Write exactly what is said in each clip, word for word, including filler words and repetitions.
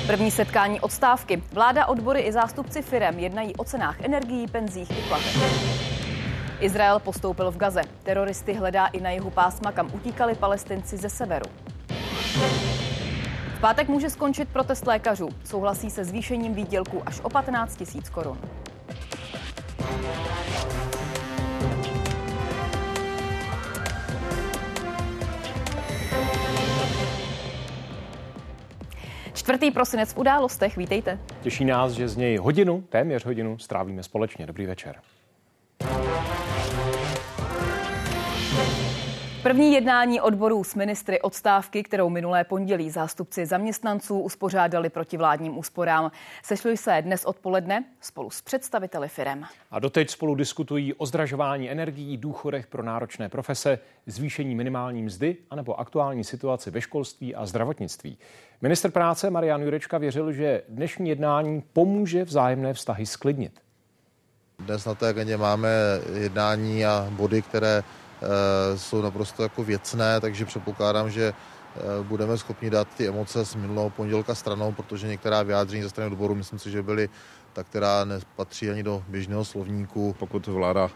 První setkání odstávky. Vláda, odbory i zástupci firem jednají o cenách energií, penzích i platech. Izrael postoupil v Gaze. Teroristy hledá i na jihu pásma, kam utíkali Palestinci ze severu. V pátek může skončit protest lékařů. Souhlasí se zvýšením výdělku až o patnáct tisíc korun. Čtvrtý prosinec v Událostech. Vítejte. Těší nás, že z něj hodinu, téměř hodinu, strávíme společně. Dobrý večer. První jednání odborů s ministry odstávky, kterou minulé pondělí zástupci zaměstnanců uspořádali proti vládním úsporám. Sešli se dnes odpoledne spolu s představiteli firem. A doteď spolu diskutují o zdražování energií, důchodech pro náročné profese, zvýšení minimální mzdy anebo aktuální situaci ve školství a zdravotnictví. Ministr práce Marian Jurečka věřil, že dnešní jednání pomůže vzájemné vztahy sklidnit. Dnes na té agendě máme jednání a body, které jsou naprosto jako věcné, takže předpokládám, že budeme schopni dát ty emoce z minulého pondělka stranou, protože některá vyjádření ze strany odboru, myslím si, že byly ta, která nepatří ani do běžného slovníku. Pokud vláda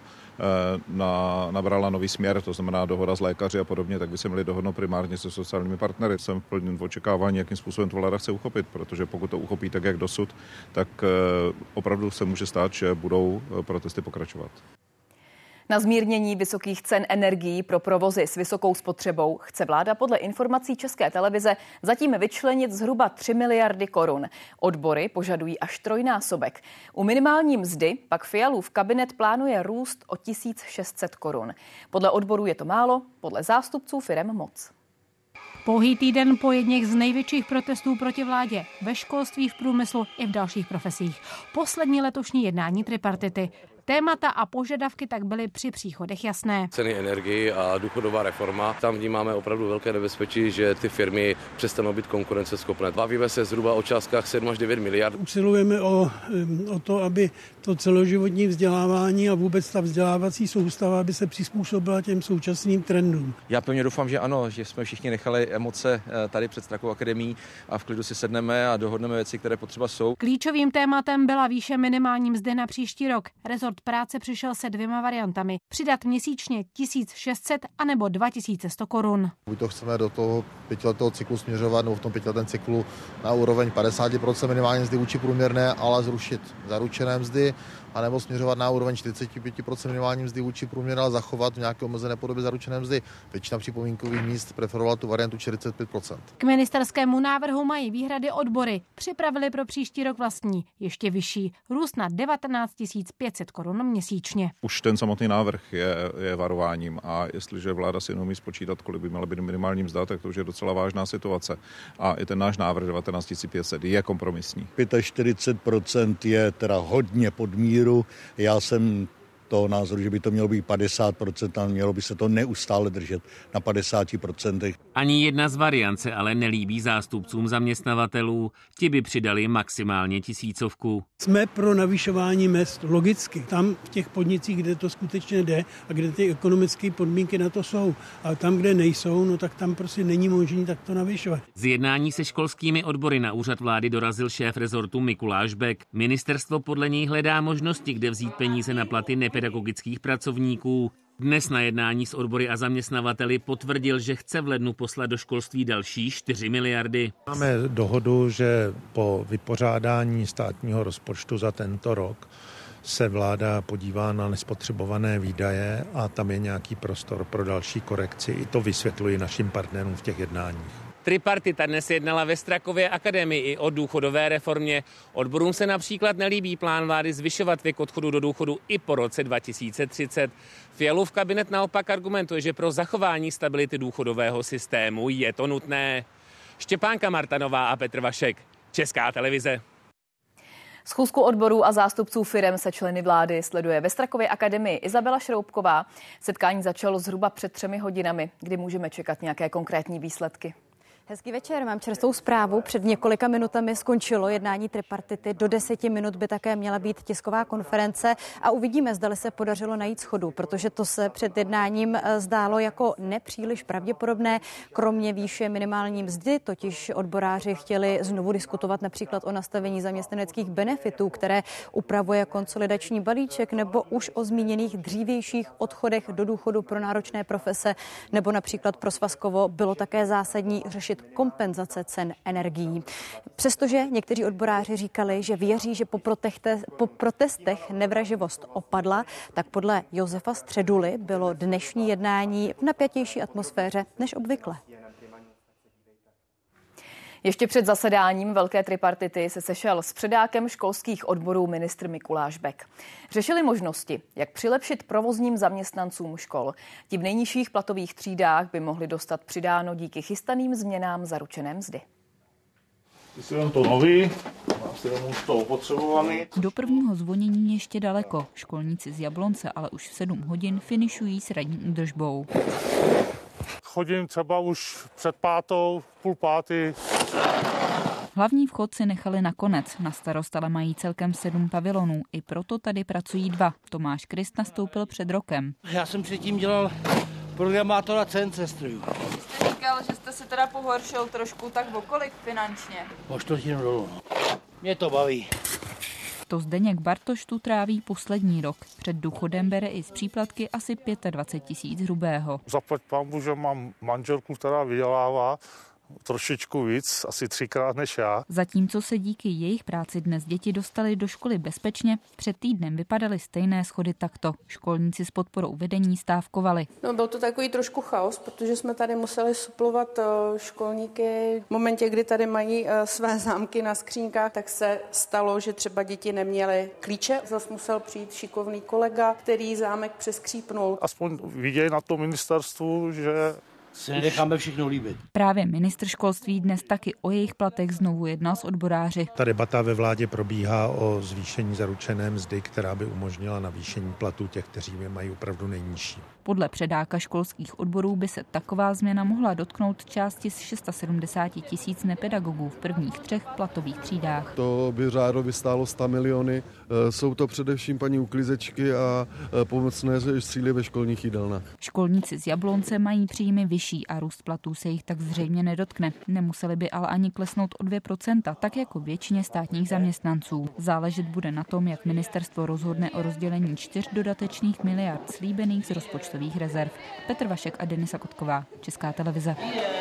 na, nabrala nový směr, to znamená dohoda s lékaři a podobně, tak by se měli dohodnout primárně se sociálními partnery. Jsem plný v očekávání, jakým způsobem to vláda chce uchopit, protože pokud to uchopí tak, jak dosud, tak opravdu se může stát, že budou protesty pokračovat. Na zmírnění vysokých cen energií pro provozy s vysokou spotřebou chce vláda podle informací České televize zatím vyčlenit zhruba tři miliardy korun. Odbory požadují až trojnásobek. U minimální mzdy pak Fialův kabinet plánuje růst o tisíc šest set korun. Podle odborů je to málo, podle zástupců firem moc. Pouhý týden po jedněch z největších protestů proti vládě ve školství, v průmyslu i v dalších profesích. Poslední letošní jednání tripartity. Témata a požadavky tak byly při příchodech jasné. Ceny energií a důchodová reforma. Tam vnímáme opravdu velké nebezpečí, že ty firmy přestanou být konkurenceschopné. Bavíme se zhruba o částkách sedm až devět miliard. Usilujeme o, o to, aby to celoživotní vzdělávání a vůbec ta vzdělávací soustava, aby se přizpůsobila těm současným trendům. Já pevně doufám, že ano, že jsme všichni nechali emoce tady před Strakovou akademií a v klidu si sedneme a dohodneme věci, které potřeba jsou. Klíčovým tématem byla výše minimální mzdy na příští rok. Rezort práce přišel se dvěma variantami. Přidat měsíčně tisíc šest set anebo dva tisíce sto korun. Buď to chceme do toho pětiletého cyklu směřovat, nebo v tom pětiletém cyklu na úroveň padesát procent minimální mzdy vůči průměrné, ale zrušit zaručené mzdy, anebo směřovat na úroveň čtyřicet pět procent minimální mzdy vůči průměrné, ale zachovat v nějaké omezené podobě zaručené mzdy. Většina připomínkových míst preferovala tu variantu čtyřicet pět procent. K ministerskému návrhu mají výhrady odbory. Připravili pro příští rok vlastní, ještě vyšší, růst na devatenáct tisíc pět set korun měsíčně. Už ten samotný návrh je, je varováním a jestliže vláda si neumí spočítat, kolik by měla být minimální mzda, tak to už je docela vážná situace. A i ten náš návrh devatenáct tisíc pět set je kompromisní. čtyřicet pět procent je teda hodně pod míru. Já jsem toho názoru, že by to mělo být padesát procent a mělo by se to neustále držet na padesáti procentech. Ani jedna z variant se ale nelíbí zástupcům zaměstnavatelů. Ti by přidali maximálně tisícovku. Jsme pro navyšování mezd logicky. Tam v těch podnicích, kde to skutečně jde a kde ty ekonomické podmínky na to jsou. A tam, kde nejsou, no tak tam prostě není možné tak to navyšovat. Z jednání se školskými odbory na úřad vlády dorazil šéf rezortu Mikuláš Bek. Ministerstvo podle něj hledá možnosti, kde vzít peníze na platy nepedagogických pracovníků. Dnes na jednání s odbory a zaměstnavateli potvrdil, že chce v lednu poslat do školství další čtyři miliardy. Máme dohodu, že po vypořádání státního rozpočtu za tento rok se vláda podívá na nespotřebované výdaje a tam je nějaký prostor pro další korekci. I to vysvětluji našim partnerům v těch jednáních. Tripartita dnes jednala ve Strakově akademii i o důchodové reformě. Odborům se například nelíbí plán vlády zvyšovat věk odchodu do důchodu i po roce dva tisíce třicet. Fialův kabinet naopak argumentuje, že pro zachování stability důchodového systému je to nutné. Štěpánka Martanová a Petr Vašek, Česká televize. Schůzku odborů a zástupců firem se členy vlády sleduje ve Strakově akademii Izabela Šroubková. Setkání začalo zhruba před třemi hodinami, kdy můžeme čekat nějaké konkrétní výsledky. Hezký večer, mám čerstvou zprávu. Před několika minutami skončilo jednání tripartity. Do deseti minut by také měla být tisková konference a uvidíme, zdali se podařilo najít shodu, protože to se před jednáním zdálo jako nepříliš pravděpodobné. Kromě výše minimální mzdy, totiž odboráři chtěli znovu diskutovat například o nastavení zaměstnaneckých benefitů, které upravuje konsolidační balíček, nebo už o zmíněných dřívějších odchodech do důchodu pro náročné profese, nebo například pro Svazkovo bylo také zásadní řešit kompenzace cen energií. Přestože někteří odboráři říkali, že věří, že po, protechte, po protestech nevraživost opadla, tak podle Josefa Středuly bylo dnešní jednání v napjatější atmosféře než obvykle. Ještě před zasedáním velké tripartity se sešel s předákem školských odborů ministr Mikuláš Bek. Řešili možnosti, jak přilepšit provozním zaměstnancům škol. Ti v nejnižších platových třídách by mohli dostat přidáno díky chystaným změnám zaručené mzdy. Si vem to nový, mám si vem to opotřebovaný. Do prvního zvonění ještě daleko. Školníci z Jablonce ale už v sedm hodin finišují s ranní údržbou. Chodím třeba už před pátou, půl pátý. Hlavní vchod si nechali nakonec. Na starost ale mají celkem sedm pavilonů. I proto tady pracují dva. Tomáš Krist nastoupil před rokem. Já jsem předtím dělal programátora C N C strojů. Jste říkal, že jste se teda pohoršil trošku, tak o kolik finančně? O čtvrtinu dolů. Mě to baví. To Zdeněk Bartoš tu tráví poslední rok. Před důchodem bere i z příplatky asi dvacet pět tisíc hrubého. Zaplať pánbu, že mám manželku, která vydělává trošičku víc, asi třikrát než já. Zatímco se díky jejich práci dnes děti dostali do školy bezpečně, před týdnem vypadaly stejné schody takto. Školníci s podporou vedení stávkovali. No, byl to takový trošku chaos, protože jsme tady museli suplovat školníky. V momentě, kdy tady mají své zámky na skřínkách, tak se stalo, že třeba děti neměly klíče. Zas musel přijít šikovný kolega, který zámek přeskřípnul. Aspoň vidějí na tom ministerstvu, že si nenecháme všechno líbit. Právě ministr školství dnes taky o jejich platech znovu jednal s odboráři. Ta debata ve vládě probíhá o zvýšení zaručené mzdy, která by umožnila navýšení platů těch, kteří je mají opravdu nejnižší. Podle předáka školských odborů by se taková změna mohla dotknout části z sedmset šest tisíc nepedagogů v prvních třech platových třídách. To by řádově stálo sto miliony. Jsou to především paní uklízečky a pomocné stříly ve školních jídelnách. Školníci z Jablonce mají příjmy vyšší a růst platů se jich tak zřejmě nedotkne. Nemuseli by ale ani klesnout o dvě procenta, tak jako většině státních zaměstnanců. Záležet bude na tom, jak ministerstvo rozhodne o rozdělení čtyř dodatečných miliard slíbených z rozpočtových rezerv. Petr Vašek a Denisa Kotková, Česká televize.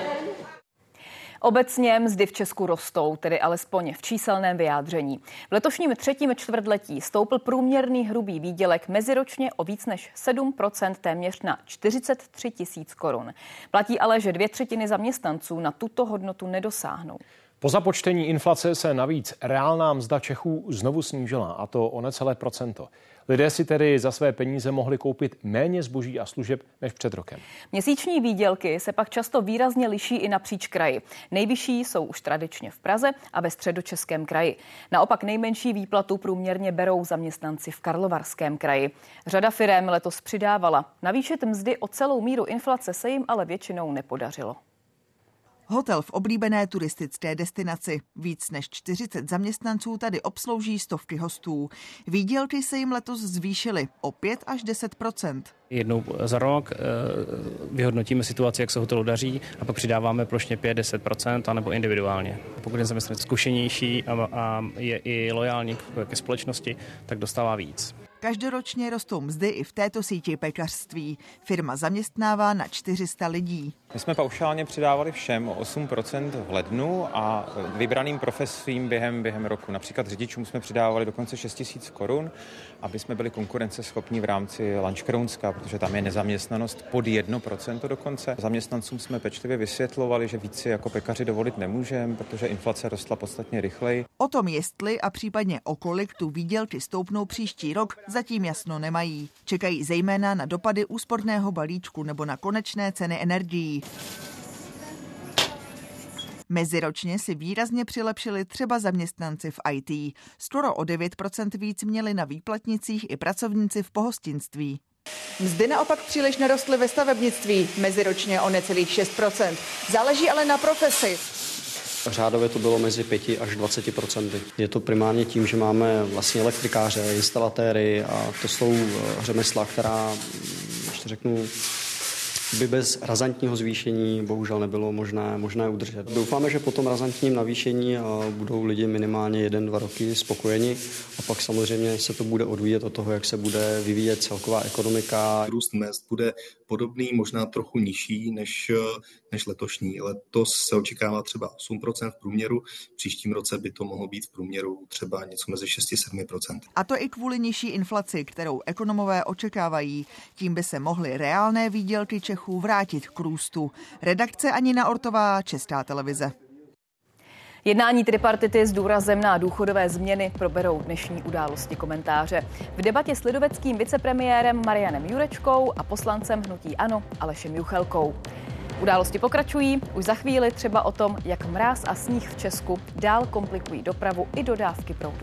Obecně mzdy v Česku rostou, tedy alespoň v číselném vyjádření. V letošním třetím čtvrtletí stoupl průměrný hrubý výdělek meziročně o víc než sedm procent, téměř na čtyřicet tři tisíc korun. Platí ale, že dvě třetiny zaměstnanců na tuto hodnotu nedosáhnou. Po započtení inflace se navíc reálná mzda Čechů znovu snížila, a to o necelé procento. Lidé si tedy za své peníze mohli koupit méně zboží a služeb než před rokem. Měsíční výdělky se pak často výrazně liší i napříč kraji. Nejvyšší jsou už tradičně v Praze a ve Středočeském kraji. Naopak nejmenší výplatu průměrně berou zaměstnanci v Karlovarském kraji. Řada firem letos přidávala. Navýšit mzdy o celou míru inflace se jim ale většinou nepodařilo. Hotel v oblíbené turistické destinaci. Víc než čtyřicet zaměstnanců tady obslouží stovky hostů. Výdělky se jim letos zvýšily o pět až deset procent. Jednou za rok vyhodnotíme situaci, jak se hotelu daří, a pak přidáváme plošně pět až deset procent anebo individuálně. Pokud je zaměstnanec zkušenější a je i lojální ke společnosti, tak dostává víc. Každoročně rostou mzdy i v této síti pekařství. Firma zaměstnává na čtyři sta lidí. My jsme paušálně přidávali všem o osm procent v lednu a vybraným profesím během, během roku. Například řidičům jsme přidávali dokonce šest tisíc korun, aby jsme byli konkurenceschopní v rámci Lanškrounska, protože tam je nezaměstnanost pod jedno procento dokonce. Zaměstnancům jsme pečlivě vysvětlovali, že víc si jako pekaři dovolit nemůžeme, protože inflace rostla podstatně rychleji. O tom, jestli a případně o kolik tu výdělky stoupnou příští rok, zatím jasno nemají. Čekají zejména na dopady úsporného balíčku nebo na konečné ceny energií. Meziročně si výrazně přilepšili třeba zaměstnanci v í té. Skoro o devět procent víc měli na výplatnicích i pracovníci v pohostinství. Mzdy naopak příliš nerostly ve stavebnictví, meziročně o necelých šest procent. Záleží ale na profesi. Řádově to bylo mezi pěti až dvaceti procenty. Je to primárně tím, že máme vlastně elektrikáře, instalatéry a to jsou řemesla, která, ještě řeknu, by bez razantního zvýšení bohužel nebylo možné, možné udržet. Doufáme, že po tom razantním navýšení budou lidi minimálně jeden, dva roky spokojeni a pak samozřejmě se to bude odvíjet od toho, jak se bude vyvíjet celková ekonomika. Růst mezd bude podobný, možná trochu nižší než, než letošní. Letos se očekává třeba osm procent v průměru, v příštím roce by to mohlo být v průměru třeba něco mezi šest až sedm procent. A to i kvůli nižší inflaci, kterou ekonomové očekávají. Tím by se mohly reálné výdělky Čechů vrátit k růstu. Redakce Anina Ortová, Česká televize. Jednání tripartity s důrazem na důchodové změny proberou dnešní Události komentáře. V debatě s lidoveckým vicepremiérem Marianem Jurečkou a poslancem hnutí ANO Alešem Juchelkou. Události pokračují už za chvíli třeba o tom, jak mráz a sníh v Česku dál komplikují dopravu i dodávky proudu.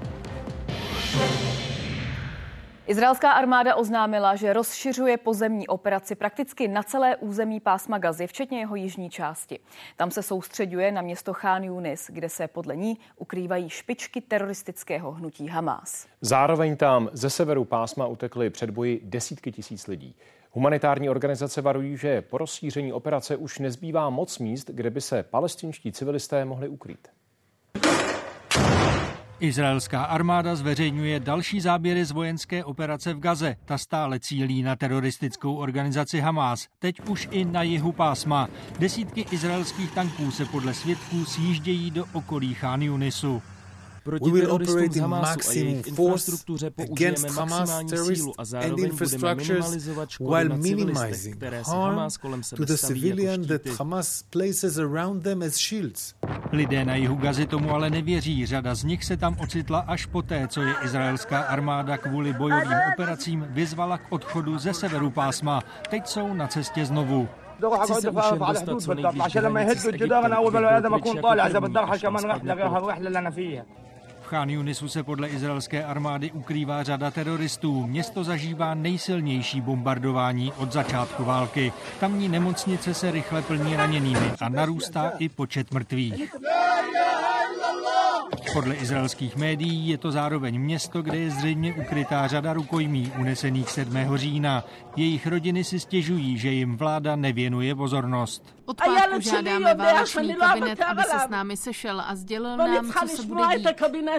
Izraelská armáda oznámila, že rozšiřuje pozemní operaci prakticky na celé území pásma Gazy, včetně jeho jižní části. Tam se soustřeďuje na město Chán Yunis, kde se podle ní ukrývají špičky teroristického hnutí Hamás. Zároveň tam ze severu pásma utekly před boji desítky tisíc lidí. Humanitární organizace varují, že po rozšíření operace už nezbývá moc míst, kde by se palestinští civilisté mohli ukrýt. Izraelská armáda zveřejňuje další záběry z vojenské operace v Gaze. Ta stále cílí na teroristickou organizaci Hamás, teď už i na jihu pásma. Desítky izraelských tanků se podle svědků sjíždějí do okolí Chán Yunisu. We will operate in maximum force against Hamas terrorists and infrastructures while minimizing harm to the civilian that Hamas places around them as shields. Lidé na jihu Gazy tomu ale nevěří. Řada z nich se tam ocitla až poté, co je izraelská armáda kvůli bojovým operacím vyzvala k odchodu ze severu pásma. Teď jsou na cestě znovu. Chci se už jen dostat co nejblíž k hranici s Egyptem, V Chán Yunisu se podle izraelské armády ukrývá řada teroristů. Město zažívá nejsilnější bombardování od začátku války. Tamní nemocnice se rychle plní raněnými a narůstá i počet mrtvých. Podle izraelských médií je to zároveň město, kde je zřejmě ukrytá řada rukojmí unesených sedmého října. Jejich rodiny si stěžují, že jim vláda nevěnuje pozornost. Od pátku žádáme válečný kabinet, aby se s námi sešel a sdělil nám, co se bude dít.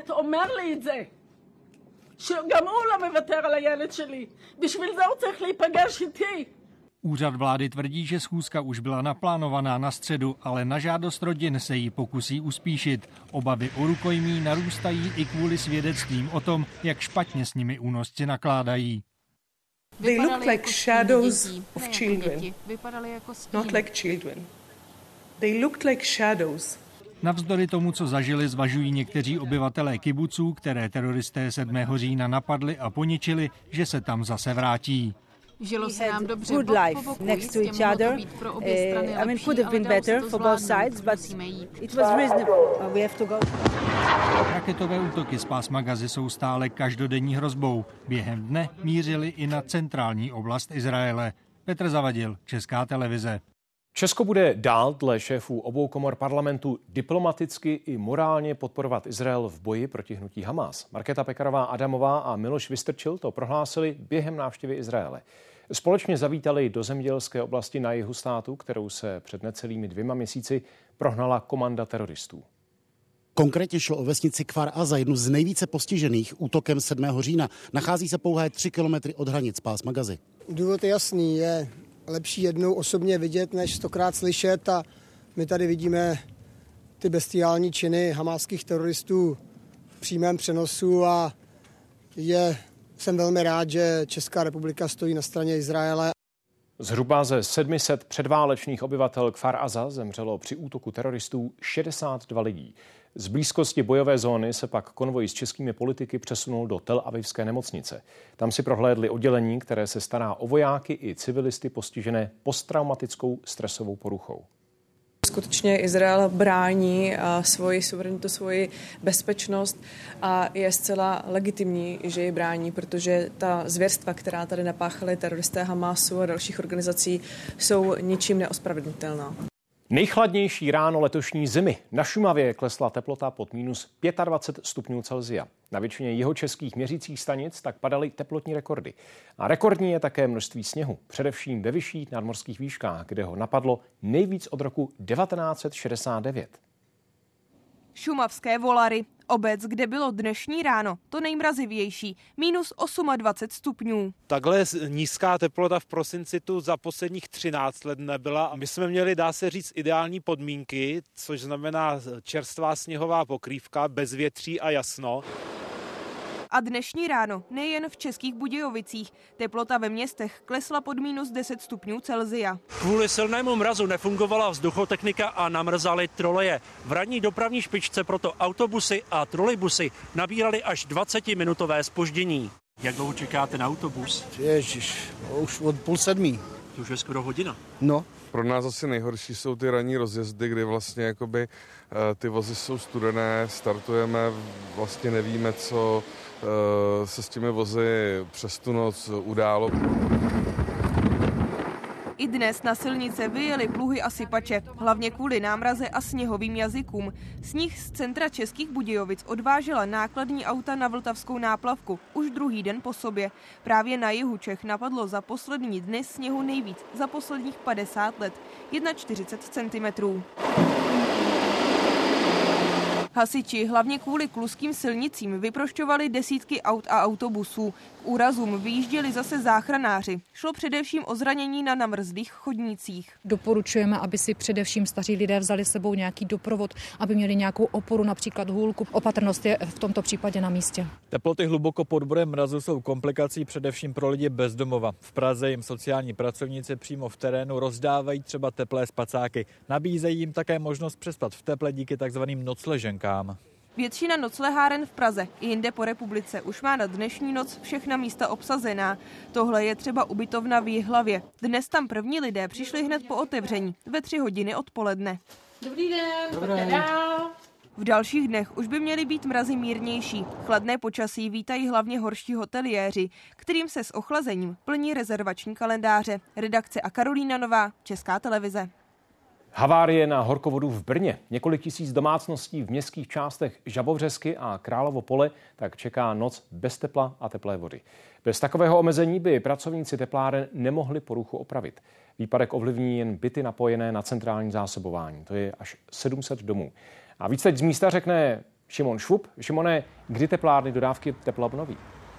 Úřad vlády tvrdí, že schůzka už byla naplánovaná na středu, ale na žádost rodin se jí pokusí uspíšit. Obavy o rukojmí narůstají i kvůli svědectvím o tom, jak špatně s nimi únosci nakládají. They look like shadows of children, not like children. They looked like shadows. Navzdory tomu, co zažili, zvažují někteří obyvatelé kibuců, které teroristé sedmého října napadli a poničili, že se tam zase vrátí. Žilo se nám dobře good life next to each other. Uh, I mean, could have been better for both sides, but it was reasonable. We have to go. Raketové útoky z pásma Gazy jsou stále každodenní hrozbou. Během dne mířili i na centrální oblast Izraele. Petr Zavadil, Česká televize. Česko bude dál dle šéfů obou komor parlamentu diplomaticky i morálně podporovat Izrael v boji proti hnutí Hamás. Markéta Pekarová Adamová a Miloš Vystrčil to prohlásili během návštěvy Izraele. Společně zavítali do zemědělské oblasti na jihu státu, kterou se před necelými dvěma měsíci prohnala komanda teroristů. Konkrétně šlo o vesnici Kfar Aza, jednu z nejvíce postižených útokem sedmého října. Nachází se pouhé tři kilometry od hranic pásma Gazy. Důvod je jasný, je lepší jednou osobně vidět, než stokrát slyšet, a my tady vidíme ty bestiální činy hamáských teroristů v přímém přenosu a je, jsem velmi rád, že Česká republika stojí na straně Izraele. Zhruba ze sedmi set předválečných obyvatel Kfar Aza zemřelo při útoku teroristů šedesát dva lidí. Z blízkosti bojové zóny se pak konvoj s českými politiky přesunul do Tel Avivské nemocnice. Tam si prohlédli oddělení, které se stará o vojáky i civilisty postižené posttraumatickou stresovou poruchou. Skutečně Izrael brání svoji suverenitu, svoji bezpečnost a je zcela legitimní, že ji brání, protože ta zvěrstva, která tady napáchali teroristé Hamásu a dalších organizací, jsou ničím neospravedlnitelná. Nejchladnější ráno letošní zimy. Na Šumavě klesla teplota pod minus dvacet pět stupňů Celsia. Na většině jihočeských měřících stanic tak padaly teplotní rekordy. A rekordní je také množství sněhu, především ve vyšších nadmořských výškách, kde ho napadlo nejvíc od roku devatenáct set šedesát devět. Šumavské Volary, obec, kde bylo dnešní ráno to nejmrazivější, minus dvacet osm stupňů. Takhle nízká teplota v prosinci tu za posledních třináct let nebyla a my jsme měli, dá se říct, ideální podmínky, což znamená čerstvá sněhová pokrývka, bezvětří a jasno. A dnešní ráno nejen v Českých Budějovicích. Teplota ve městech klesla pod minus deset stupňů Celsia. Kvůli silnému mrazu nefungovala vzduchotechnika a namrzaly troleje. V ranní dopravní špičce proto autobusy a trolejbusy nabíraly až dvacetiminutové zpoždění. Jak dlouho čekáte na autobus? Ježiš, už od půl sedmí. To už je skoro hodina. No. Pro nás asi nejhorší jsou ty ranní rozjezdy, kdy vlastně jakoby ty vozy jsou studené, startujeme, vlastně nevíme, co se s těmi vozy přes tu noc událo. I dnes na silnice vyjeli pluhy a sypače, hlavně kvůli námraze a sněhovým jazykům. Sníh z centra Českých Budějovic odvážela nákladní auta na Vltavskou náplavku už druhý den po sobě. Právě na jihu Čech napadlo za poslední dny sněhu nejvíc za posledních padesát let, čtyřicet jedna centimetrů. Hasiči hlavně kvůli kluským silnicím vyprošťovali desítky aut a autobusů. K úrazům vyjížděli zase záchranáři. Šlo především o zranění na namrzlých chodnících. Doporučujeme, aby si především staří lidé vzali sebou nějaký doprovod, aby měli nějakou oporu, například hůlku. Opatrnost je v tomto případě na místě. Teploty hluboko pod bodem mrazu jsou komplikací především pro lidi bez domova. V Praze jim sociální pracovníci přímo v terénu rozdávají třeba teplé spacáky. Nabízejí jim také možnost přespat v teple díky takzvaným nocleženkám. Většina nocleháren v Praze i jinde po republice už má na dnešní noc všechna místa obsazená. Tohle je třeba ubytovna v Jihlavě. Dnes tam první lidé přišli hned po otevření ve tři hodiny odpoledne. Dobrý den, Dobrý. V dalších dnech už by měly být mrazy mírnější. Chladné počasí vítají hlavně horští hoteliéři, kterým se s ochlazením plní rezervační kalendáře. Redakce a Karolína Nová, Česká televize. Havárie na horkovodu v Brně. Několik tisíc domácností v městských částech Žabovřesky a Královo Pole tak čeká noc bez tepla a teplé vody. Bez takového omezení by pracovníci tepláren nemohli poruchu opravit. Výpadek ovlivní jen byty napojené na centrální zásobování. To je až sedm set domů. A víc teď z místa řekne Šimon Švup. Šimone, kdy teplárny dodávky tepla obnoví?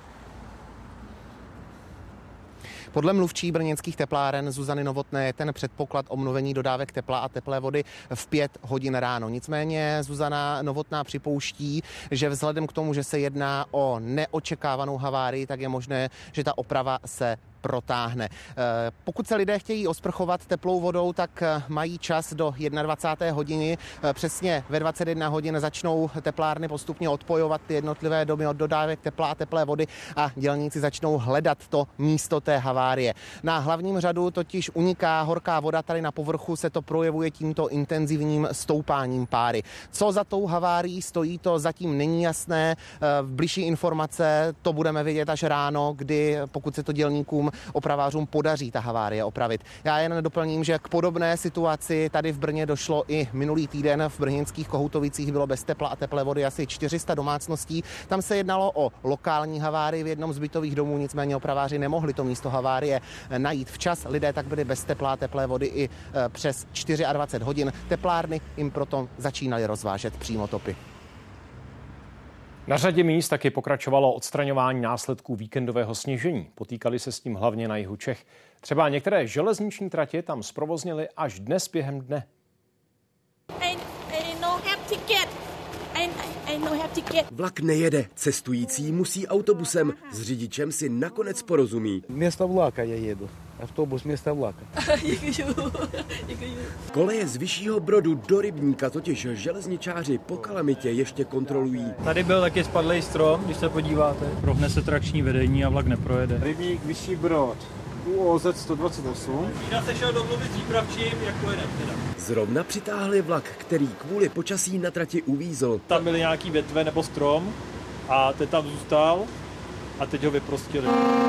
Podle mluvčí brněnských tepláren Zuzany Novotné je ten předpoklad obnovení dodávek tepla a teplé vody v pět hodin ráno. Nicméně Zuzana Novotná připouští, že vzhledem k tomu, že se jedná o neočekávanou havárii, tak je možné, že ta oprava se protáhne. Pokud se lidé chtějí osprchovat teplou vodou, tak mají čas do dvacáté první hodiny. Přesně ve dvacet jedna hodin začnou teplárny postupně odpojovat ty jednotlivé domy od dodávek tepla a teplé vody a dělníci začnou hledat to místo té havárie. Na hlavním řadu totiž uniká horká voda, tady na povrchu se to projevuje tímto intenzivním stoupáním páry. Co za tou havárií stojí, to zatím není jasné. V bližší informace to budeme vědět až ráno, kdy pokud se to dělníkům opravářům podaří ta havárie opravit. Já jen doplním, že k podobné situaci tady v Brně došlo i minulý týden. V brněnských Kohoutovicích bylo bez tepla a teplé vody asi čtyři sta domácností. Tam se jednalo o lokální havárii v jednom z bytových domů, nicméně opraváři nemohli to místo havárie najít včas. Lidé tak byli bez tepla a teplé vody i přes dvacet čtyři hodin. Teplárny jim proto začínaly rozvážet přímotopy. Na řadě míst taky pokračovalo odstraňování následků víkendového sněžení. Potýkali se s tím hlavně na jihu Čech. Třeba některé železniční tratě tam zprovoznily až dnes během dne. I, I no have ticket. I, I no have ticket. Vlak nejede, cestující musí autobusem. S řidičem si nakonec porozumí. Město vlaka já jedu. Autobus města vlaka. Koleje z Vyššího Brodu do Rybníka totiž železničáři po kalamitě ještě kontrolují. Tady byl taky spadlej strom, když se podíváte. Prohne se trakční vedení a vlak neprojede. Rybník, Vyšší Brod. U O Z sto dvacet osm. Já se šel domluvit s výpravčím, jak pojedem teda. Zrovna přitáhli vlak, který kvůli počasí na trati uvízl. Tam byly nějaký větve nebo strom a ten tam zůstal a teď ho vyprostili.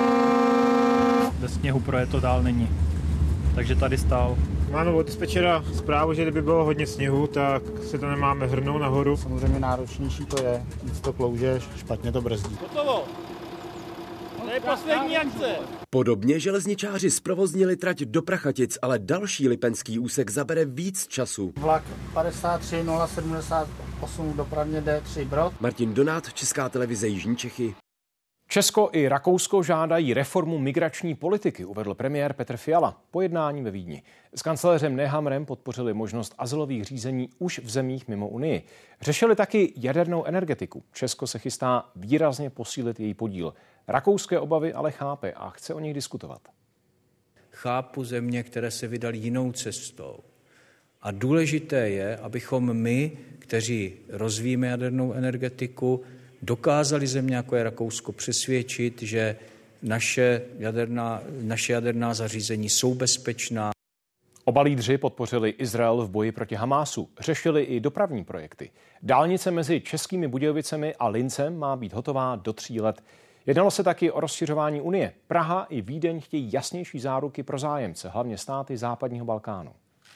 Ve sněhu projet to dál není, takže tady stál. Máme od dispečera zprávu, že kdyby bylo hodně sněhu, tak se to nemáme hrnout nahoru. Samozřejmě náročnější to je, víc to kloužeš, špatně to brzdí. Hotovo! To je poslední akce! Podobně železničáři zprovoznili trať do Prachatic, ale další lipenský úsek zabere víc času. Vlak padesát tři nula sedmdesát osm dopravně D tři Brod. Martin Donát, Česká televize Jižní Čechy. Česko i Rakousko žádají reformu migrační politiky, uvedl premiér Petr Fiala po jednání ve Vídni. S kancléřem Nehammerem podpořili možnost azylových řízení už v zemích mimo Unii. Řešili taky jadernou energetiku. Česko se chystá výrazně posílit její podíl. Rakouské obavy ale chápe a chce o nich diskutovat. Chápu země, které se vydali jinou cestou. A důležité je, abychom my, kteří rozvíjíme jadernou energetiku, dokázali země, jako je Rakousko, přesvědčit, že naše jaderná, naše jaderná zařízení jsou bezpečná. Oba lídři podpořili Izrael v boji proti Hamásu. Řešili i dopravní projekty. Dálnice mezi Českými Budějovicemi a Linzem má být hotová do tří let. Jednalo se taky o rozšiřování Unie. Praha i Vídeň chtějí jasnější záruky pro zájemce, hlavně státy západního Balkánu.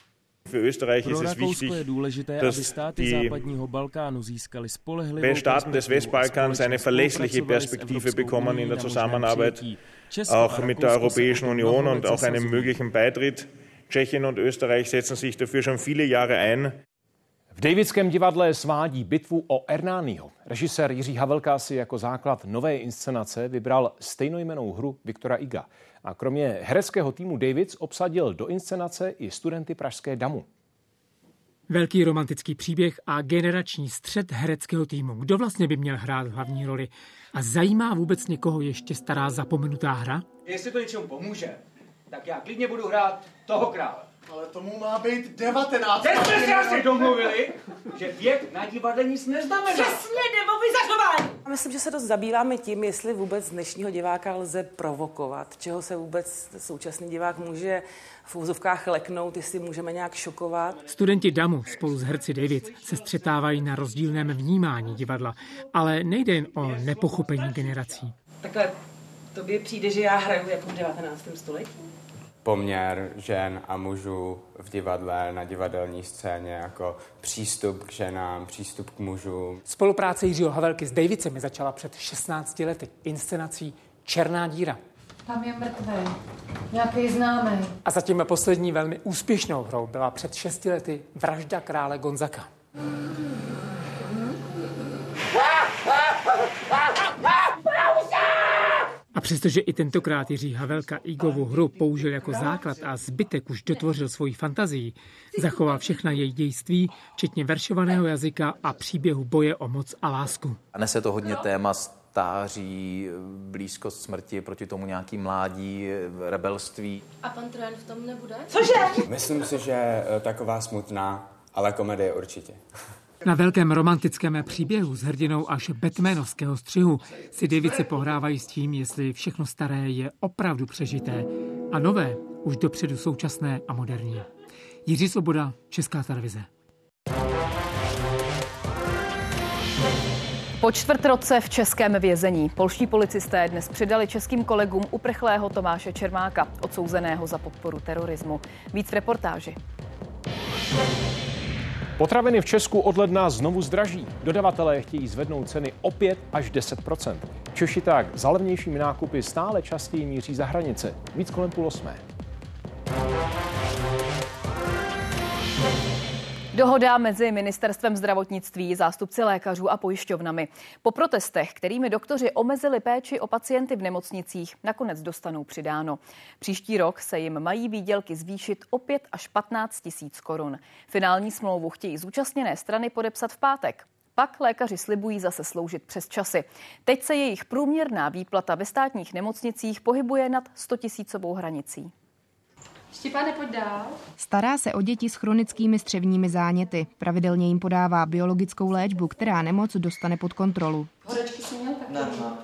Pro Rakousko je důležité, aby státy západního Balkánu získaly spolehlivou Staaten des Westbalkans eine verlässliche Perspektive bekommen in der Zusammenarbeit auch mit der Europäischen Union und auch einem möglichen Beitritt. Tschechien und Österreich setzen sich dafür schon viele Jahre ein. V Davidském divadle svádí bitvu o Ernányho. Režisér Jiří Havelka si jako základ nové inscenace vybral stejnojmennou hru Viktora Iga. A kromě hereckého týmu Davids obsadil do inscenace i studenty pražské Damu. Velký romantický příběh a generační střet hereckého týmu. Kdo vlastně by měl hrát hlavní roli? A zajímá vůbec někoho ještě stará zapomenutá hra? Jestli to něčemu pomůže, tak já klidně budu hrát toho krále. Ale tomu má být devatenáct. Teď jsme se asi domluvili, že věk na divadle nic neznamená. Přesně, jde o vyzařování. Myslím, že se dost zabýváme tím, jestli vůbec dnešního diváka lze provokovat, čeho se vůbec současný divák může v úzovkách leknout, jestli můžeme nějak šokovat. Studenti Damu spolu s herci David se střetávají na rozdílném vnímání divadla, ale nejde jen o nepochopení generací. Takhle tobě přijde, že já hraju jako v devatenáctém století? Poměr žen a mužů v divadle, na divadelní scéně, jako přístup k ženám, přístup k mužům. Spolupráce Jiřího Havelky s Davidsemi začala před šestnácti lety inscenací Černá díra. Tam je mrtvý, nějaký známý. A zatím poslední velmi úspěšnou hrou byla před šesti lety Vražda krále Gonzaka. A přestože i tentokrát Jiří Havelka Igovu hru použil jako základ a zbytek už dotvořil svoji fantazii, zachoval všechna její dějství, včetně veršovaného jazyka a příběhu boje o moc a lásku. A dnes je to hodně téma stáří, blízkost smrti, proti tomu nějaký mládí, rebelství. A pan Trojan v tom nebude? Cože? Myslím si, že taková smutná, ale komedie určitě. Na velkém romantickém příběhu s hrdinou až batmanovského střihu si Davidsi pohrávají s tím, jestli všechno staré je opravdu přežité a nové už dopředu současné a moderní. Jiří Svoboda, Česká televize. Po čtvrt roce v českém vězení polští policisté dnes přidali českým kolegům uprchlého Tomáše Čermáka, odsouzeného za podporu terorismu. Víc v reportáži. Potraviny v Česku od ledna znovu zdraží. Dodavatelé chtějí zvednout ceny o pět až deset procent. Češi tak za levnějšími nákupy stále častěji míří za hranice. Víc kolem půl osmé. Dohoda mezi Ministerstvem zdravotnictví, zástupci lékařů a pojišťovnami. Po protestech, kterými doktoři omezili péči o pacienty v nemocnicích, nakonec dostanou přidáno. Příští rok se jim mají výdělky zvýšit o pět až patnáct tisíc korun. Finální smlouvu chtějí zúčastněné strany podepsat v pátek. Pak lékaři slibují zase sloužit přes časy. Teď se jejich průměrná výplata ve státních nemocnicích pohybuje nad stotisícovou hranicí. Štěpáne, pojď dál. Stará se o děti s chronickými střevními záněty. Pravidelně jim podává biologickou léčbu, která nemoc dostane pod kontrolu. Horečky jsi měl taky?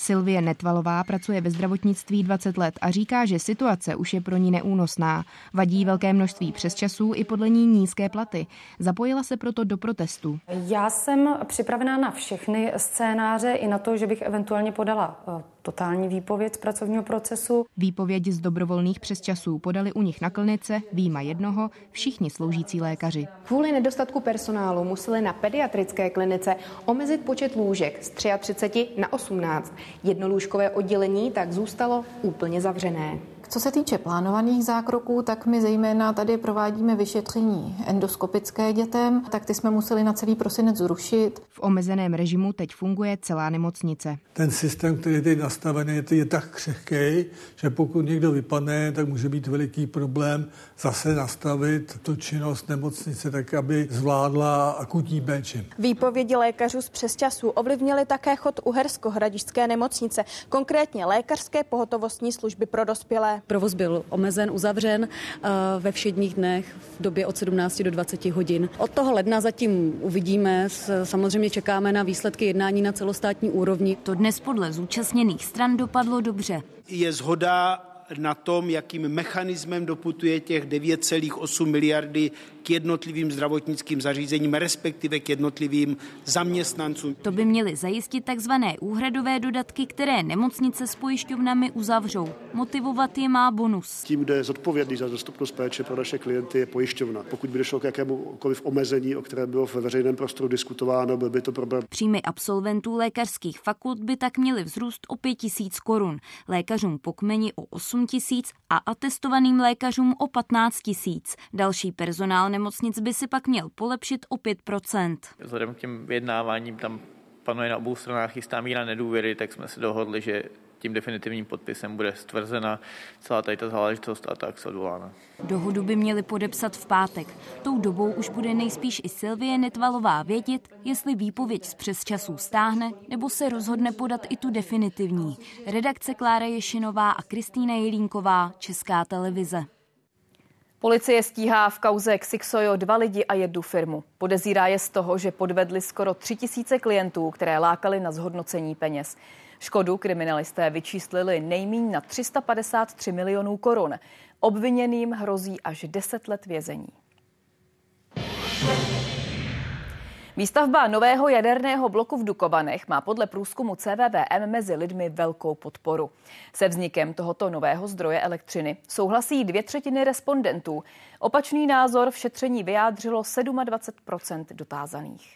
Sylvie Netvalová pracuje ve zdravotnictví dvacet let a říká, že situace už je pro ní neúnosná. Vadí velké množství přesčasů i podle ní nízké platy. Zapojila se proto do protestů. Já jsem připravená na všechny scénáře i na to, že bych eventuálně podala totální výpověď z pracovního procesu. Výpověď z dobrovolných přesčasů podali u nich na Klinice, výjima jednoho, všichni sloužící lékaři. Kvůli nedostatku personálu museli na pediatrické klinice omezit počet lůžek z třicet tři na osmnáct. Jednolůžkové oddělení tak zůstalo úplně zavřené. Co se týče plánovaných zákroků, tak my zejména tady provádíme vyšetření endoskopické dětem, tak ty jsme museli na celý prosinec zrušit. V omezeném režimu teď funguje celá nemocnice. Ten systém, který je teď nastavený, je tak křehký, že pokud někdo vypadne, tak může být veliký problém zase nastavit tu činnost nemocnice tak, aby zvládla akutní péči. Výpovědi lékařů z přesčasů ovlivnily také chod Uhersko-Hradišťské nemocnice, konkrétně lékařské pohotovostní služby pro dospělé. Provoz byl omezen, uzavřen ve všedních dnech v době od sedmnácti do dvaceti hodin. Od toho ledna zatím uvidíme, samozřejmě čekáme na výsledky jednání na celostátní úrovni. To dnes podle zúčastněných stran dopadlo dobře. Je shoda na tom, jakým mechanismem doputuje těch devět celá osm miliardy k jednotlivým zdravotnickým zařízením, respektive k jednotlivým zaměstnancům. To by měly zajistit takzvané úhradové dodatky, které nemocnice s pojišťovnami uzavřou. Motivovat je má bonus. Tím, kdo je zodpovědný za dostupnost péče pro naše klienty, je pojišťovna. Pokud by došlo k jakémukoliv omezení, o kterém bylo ve veřejném prostoru diskutováno, byl by to problém. Příjmy absolventů lékařských fakult by tak měly vzrůst o pět tisíc korun, lékařům po kmeni o osm tisíc a atestovaným lékařům o patnáct tisíc. Další personál nemocnic by si pak měl polepšit o pět procent. Vzhledem k těm vyjednáváním tam panuje na obou stranách jistá míra nedůvěry, tak jsme se dohodli, že tím definitivním podpisem bude stvrzena celá tady ta záležitost a tak se odvolána. Dohodu by měli podepsat v pátek. Tou dobou už bude nejspíš i Sylvie Netvalová vědět, jestli výpověď z přesčasů stáhne nebo se rozhodne podat i tu definitivní. Redakce Klára Ješinová a Kristýna Jelínková, Česká televize. Policie stíhá v kauze Xixojo dva lidi a jednu firmu. Podezírá je z toho, že podvedli skoro tři tisíce klientů, které lákali na zhodnocení peněz. Škodu kriminalisté vyčíslili nejmíň na tři sta padesát tři milionů korun. Obviněným hrozí až deset let vězení. Výstavba nového jaderného bloku v Dukovanech má podle průzkumu C V V M mezi lidmi velkou podporu. Se vznikem tohoto nového zdroje elektřiny souhlasí dvě třetiny respondentů. Opačný názor v šetření vyjádřilo dvacet sedm procent dotázaných.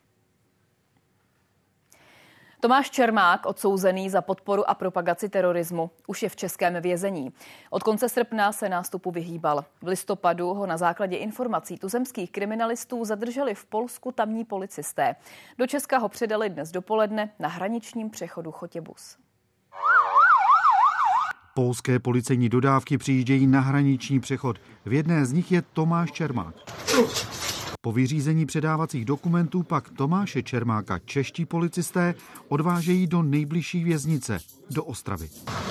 Tomáš Čermák, odsouzený za podporu a propagaci terorismu, už je v českém vězení. Od konce srpna se nástupu vyhýbal. V listopadu ho na základě informací tuzemských kriminalistů zadrželi v Polsku tamní policisté. Do Česka ho předali dnes dopoledne na hraničním přechodu Chotěbus. Polské policejní dodávky přijíždějí na hraniční přechod. V jedné z nich je Tomáš Čermák. Po vyřízení předávacích dokumentů pak Tomáše Čermáka čeští policisté odvážejí do nejbližší věznice, do Ostravy.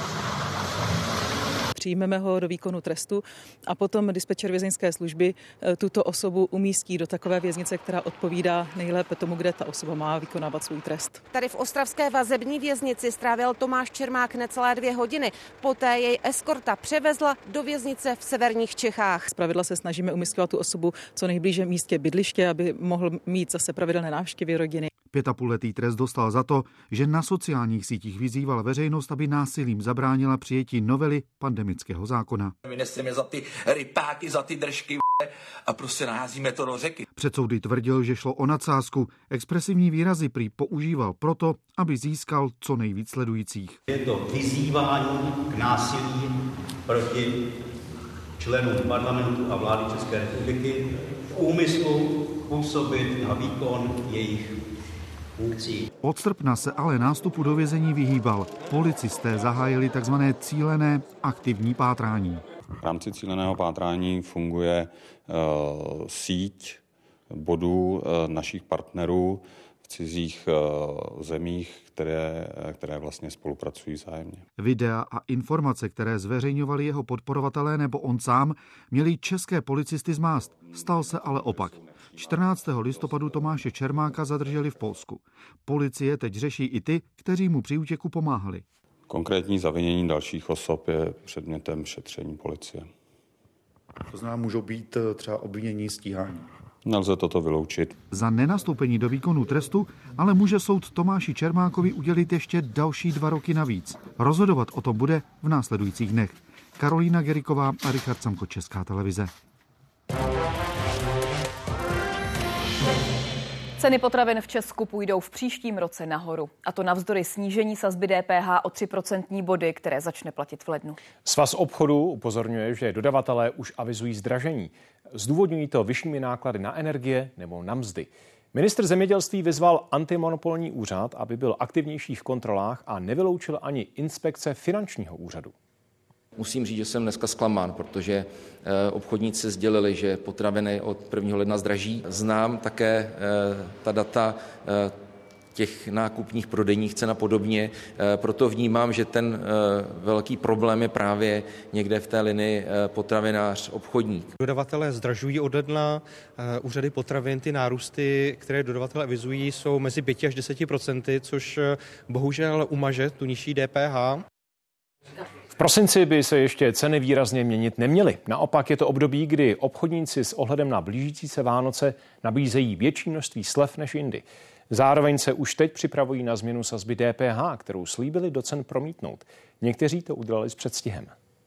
Přijmeme ho do výkonu trestu a potom dispečer vězeňské služby tuto osobu umístí do takové věznice, která odpovídá nejlépe tomu, kde ta osoba má vykonávat svůj trest. Tady v ostravské vazební věznici strávil Tomáš Čermák necelé dvě hodiny. Poté jej eskorta převezla do věznice v severních Čechách. Zpravidla se snažíme umísťovat tu osobu co nejblíže místě bydliště, aby mohl mít zase pravidelné návštěvy rodiny. Pět a půlletý trest dostal za to, že na sociálních sítích vyzýval veřejnost, aby násilím zabránila přijetí novely pandemického zákona. My neseme za ty rypáky, za ty držky a prostě naházíme to do řeky. Před soudy tvrdil, že šlo o nadsázku. Expresivní výrazy prý používal proto, aby získal co nejvíc sledujících. Je to vyzývání k násilí proti členům parlamentu a vlády České republiky v úmyslu působit na výkon jejich funkcí. Od srpna se ale nástupu do vězení vyhýbal. Policisté zahájili tzv. Cílené aktivní pátrání. V rámci cíleného pátrání funguje uh, síť bodů uh, našich partnerů v cizích uh, zemích, které, které vlastně spolupracují vzájemně. Videa a informace, které zveřejňovali jeho podporovatelé nebo on sám, měli české policisty zmást. Stal se ale opak. čtrnáctého listopadu Tomáše Čermáka zadrželi v Polsku. Policie teď řeší i ty, kteří mu při útěku pomáhali. Konkrétní zavinění dalších osob je předmětem šetření policie. To znamená, můžou být třeba obvinění, stíhání. Nelze toto vyloučit. Za nenastoupení do výkonu trestu ale může soud Tomáši Čermákovi udělit ještě další dva roky navíc. Rozhodovat o tom bude v následujících dnech. Karolína Geriková a Richard Samko, Česká televize. Ceny potravin v Česku půjdou v příštím roce nahoru. A to navzdory snížení sazby D P H o tři procentní body, které začne platit v lednu. Svaz obchodu upozorňuje, že dodavatelé už avizují zdražení. Zdůvodňují to vyššími náklady na energie nebo na mzdy. Ministr zemědělství vyzval antimonopolní úřad, aby byl aktivnější v kontrolách a nevyloučil ani inspekce finančního úřadu. Musím říct, že jsem dneska zklamán, protože obchodníci sdělili, že potraviny od prvního ledna zdraží. Znám také ta data těch nákupních prodejních cen a podobně, proto vnímám, že ten velký problém je právě někde v té linii potravinář obchodník. Dodavatelé zdražují od ledna, úřady potravin, ty nárůsty, které dodavatelé avizují, jsou mezi pět až deset procent, což bohužel umaže tu nižší D P H. V prosinci by se ještě ceny výrazně měnit neměly. Naopak je to období, kdy obchodníci s ohledem na blížící se Vánoce nabízejí větší množství slev než jindy. Zároveň se už teď připravují na změnu sazby D P H, kterou slíbili do cen promítnout. Někteří to udělali s předstihem.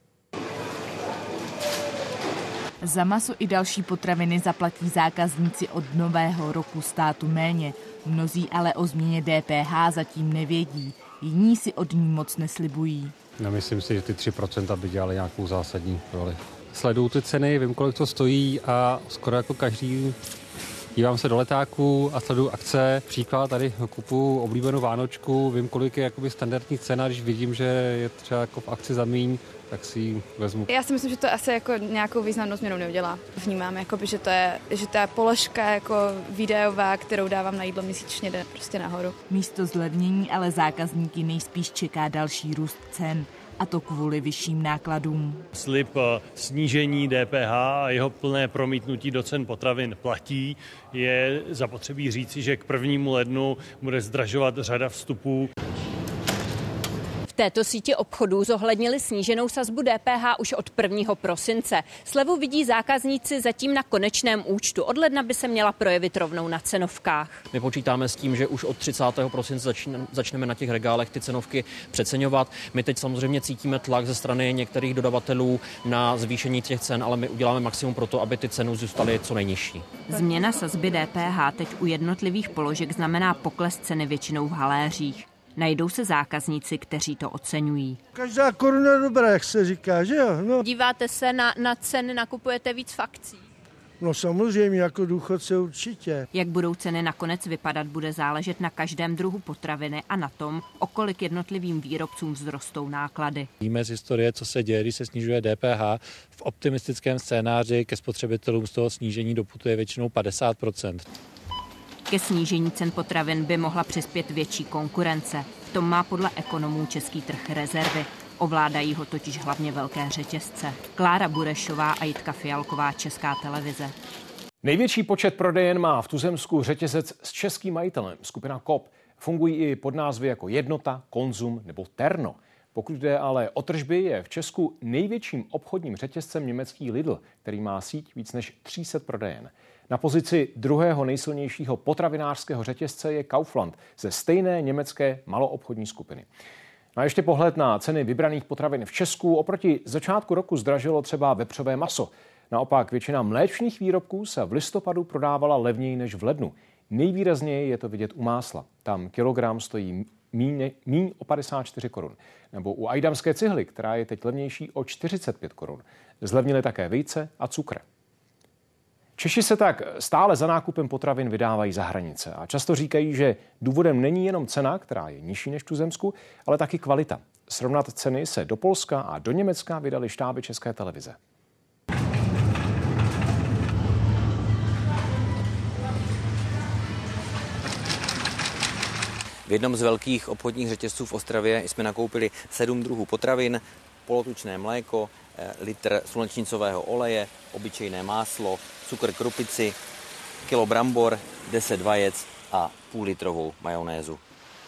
Za maso i další potraviny zaplatí zákazníci od nového roku státu méně. Mnozí ale o změně D P H zatím nevědí. Jiní si od ní moc neslibují. Nemyslím si, že ty tři procenta by dělali nějakou zásadní roli. Sleduju ty ceny, vím, kolik to stojí a skoro jako každý dívám se do letáků a sleduju akce. Příklad, tady kupuju oblíbenou vánočku, vím, kolik je jakoby standardní cena, když vidím, že je třeba jako v akci za míň, tak si ji vezmu. Já si myslím, že to asi jako nějakou významnou změnu neudělá. Vnímám, jakoby, že to je, že ta položka jako výdajová, kterou dávám na jídlo měsíčně, jde prostě nahoru. Místo zlevnění ale zákazníky nejspíš čeká další růst cen. A to kvůli vyšším nákladům. Slib snížení D P H a jeho plné promítnutí do cen potravin platí. Je zapotřebí říci, že k prvnímu lednu bude zdražovat řada vstupů. V této síti obchodů zohlednili sníženou sazbu D P H už od prvního prosince. Slevu vidí zákazníci zatím na konečném účtu. Od ledna by se měla projevit rovnou na cenovkách. My počítáme s tím, že už od třicátého prosince začneme na těch regálech ty cenovky přeceňovat. My teď samozřejmě cítíme tlak ze strany některých dodavatelů na zvýšení těch cen, ale my uděláme maximum pro to, aby ty ceny zůstaly co nejnižší. Změna sazby D P H teď u jednotlivých položek znamená pokles ceny většinou v haléřích. Najdou se zákazníci, kteří to oceňují. Každá koruna je dobrá, jak se říká, že jo? No. Díváte se na, na ceny, nakupujete víc v akcích? No samozřejmě, jako důchodce určitě. Jak budou ceny nakonec vypadat, bude záležet na každém druhu potraviny a na tom, o kolik jednotlivým výrobcům vzrostou náklady. Víme z historie, co se děje, když se snižuje D P H. V optimistickém scénáři ke spotřebitelům z toho snížení doputuje většinou padesát procent. Ke snížení cen potravin by mohla přispět větší konkurence. V tom má podle ekonomů český trh rezervy. Ovládají ho totiž hlavně velké řetězce. Klára Burešová a Jitka Fialková, Česká televize. Největší počet prodejen má v tuzemsku řetězec s českým majitelem, skupina Coop. Fungují i pod názvy jako Jednota, Konzum nebo Terno. Pokud jde ale o tržby, je v Česku největším obchodním řetězcem německý Lidl, který má síť víc než tři sta prodejen. Na pozici druhého nejsilnějšího potravinářského řetězce je Kaufland ze stejné německé maloobchodní skupiny. A ještě pohled na ceny vybraných potravin v Česku. Oproti začátku roku zdražilo třeba vepřové maso. Naopak většina mléčných výrobků se v listopadu prodávala levněji než v lednu. Nejvýrazněji je to vidět u másla. Tam kilogram stojí míň, míň o padesát čtyři korun. Nebo u ajdamské cihly, která je teď levnější o čtyřicet pět korun. Zlevnily také vejce a cukr. Češi se tak stále za nákupem potravin vydávají za hranice a často říkají, že důvodem není jenom cena, která je nižší než v tuzemsku, ale taky kvalita. Srovnat ceny se do Polska a do Německa vydali štáby České televize. V jednom z velkých obchodních řetězců v Ostravě jsme nakoupili sedm druhů potravin, polotučné mléko, litr slunečnicového oleje, obyčejné máslo, cukr krupici, kilo brambor, deset vajec a půl litrovou majonézu.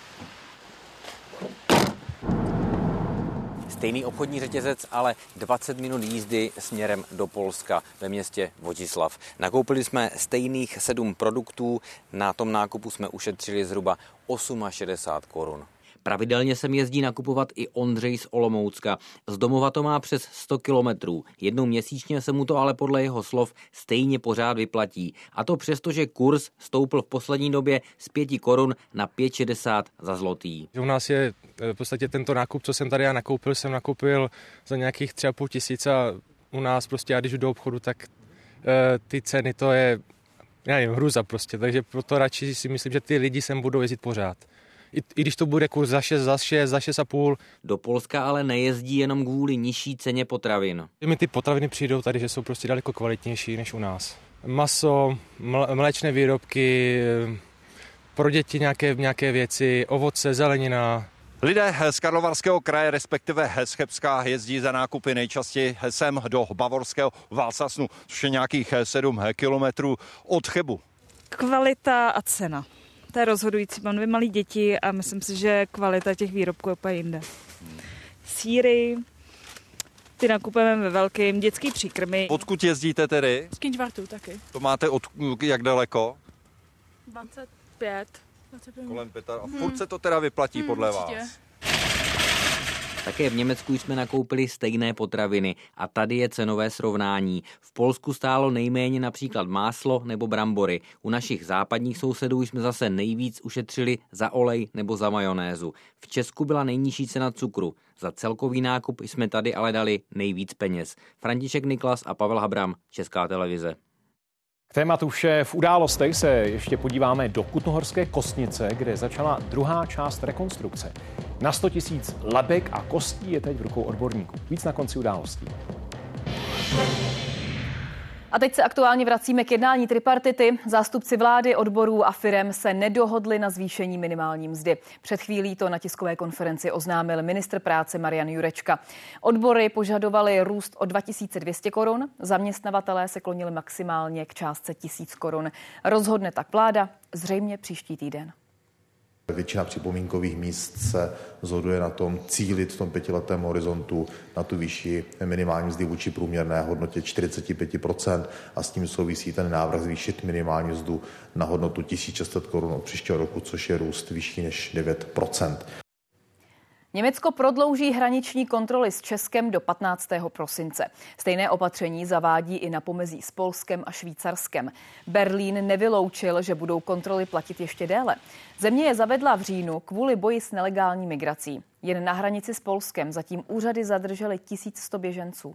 Stejný obchodní řetězec, ale dvacet minut jízdy směrem do Polska ve městě Votislav. Nakoupili jsme stejných sedm produktů, na tom nákupu jsme ušetřili zhruba šedesát osm korun. Pravidelně sem jezdí nakupovat i Ondřej z Olomoucka. Z domova to má přes sto kilometrů. Jednou měsíčně se mu to ale podle jeho slov stejně pořád vyplatí. A to přesto, že kurz stoupl v poslední době z pěti korun na pět šedesát za zlotý. U nás je v podstatě tento nákup, co jsem tady já nakoupil, jsem nakoupil za nějakých tři a půl tisíce a u nás prostě, já když jdu do obchodu, tak ty ceny to je, já nevím, hruza prostě. Takže proto radši si myslím, že ty lidi sem budou jezdit pořád. I, I když to bude kurz za šest, za šest, za šest a půl. Do Polska ale nejezdí jenom kvůli nižší ceně potravin. Mi ty potraviny přijdou tady, že jsou prostě daleko kvalitnější než u nás. Maso, mléčné výrobky, pro děti nějaké, nějaké věci, ovoce, zelenina. Lidé z Karlovarského kraje, respektive z Chebska, jezdí za nákupy nejčastěji sem do bavorského Valsasnu, což je nějakých sedm kilometrů od Chebu. Kvalita a cena. To je rozhodující. Mám dvě malé děti a myslím si, že kvalita těch výrobků je úplně jinde. Sýry, ty nakupujeme ve velkým, dětský příkrmy. Odkud jezdíte tedy? Z Kynžvartu taky. To máte od jak daleko? dvacet pět. dvacet pět. Kolem pět. A furt se to teda vyplatí hmm, podle určitě. vás? Také v Německu jsme nakoupili stejné potraviny a tady je cenové srovnání. V Polsku stálo nejméně například máslo nebo brambory. U našich západních sousedů jsme zase nejvíc ušetřili za olej nebo za majonézu. V Česku byla nejnižší cena cukru. Za celkový nákup jsme tady ale dali nejvíc peněz. František Niklas a Pavel Habram, Česká televize. K tématu vše v událostech se ještě podíváme do Kutnohorské Kostnice, kde začala druhá část rekonstrukce. Na sto tisíc lebek a kostí je teď v rukou odborníků. Víc na konci událostí. A teď se aktuálně vracíme k jednání tripartity. Zástupci vlády, odborů a firem se nedohodli na zvýšení minimální mzdy. Před chvílí to na tiskové konferenci oznámil ministr práce Marian Jurečka. Odbory požadovali růst o dva tisíce dvě stě korun, zaměstnavatelé se klonili maximálně k částce tisíc korun. Rozhodne tak vláda zřejmě příští týden. Většina připomínkových míst se shoduje na tom cílit v tom pětiletém horizontu na tu vyšší minimální mzdy vůči průměrné hodnotě čtyřicet pět procent a s tím souvisí ten návrh zvýšit minimální mzdu na hodnotu tisíc šest set korun od příštího roku, což je růst vyšší než devět procent. Německo prodlouží hraniční kontroly s Českem do patnáctého prosince. Stejné opatření zavádí i na pomezí s Polskem a Švýcarskem. Berlín nevyloučil, že budou kontroly platit ještě déle. Země je zavedla v říjnu kvůli boji s nelegální migrací. Jen na hranici s Polskem zatím úřady zadržely tisíc sto běženců.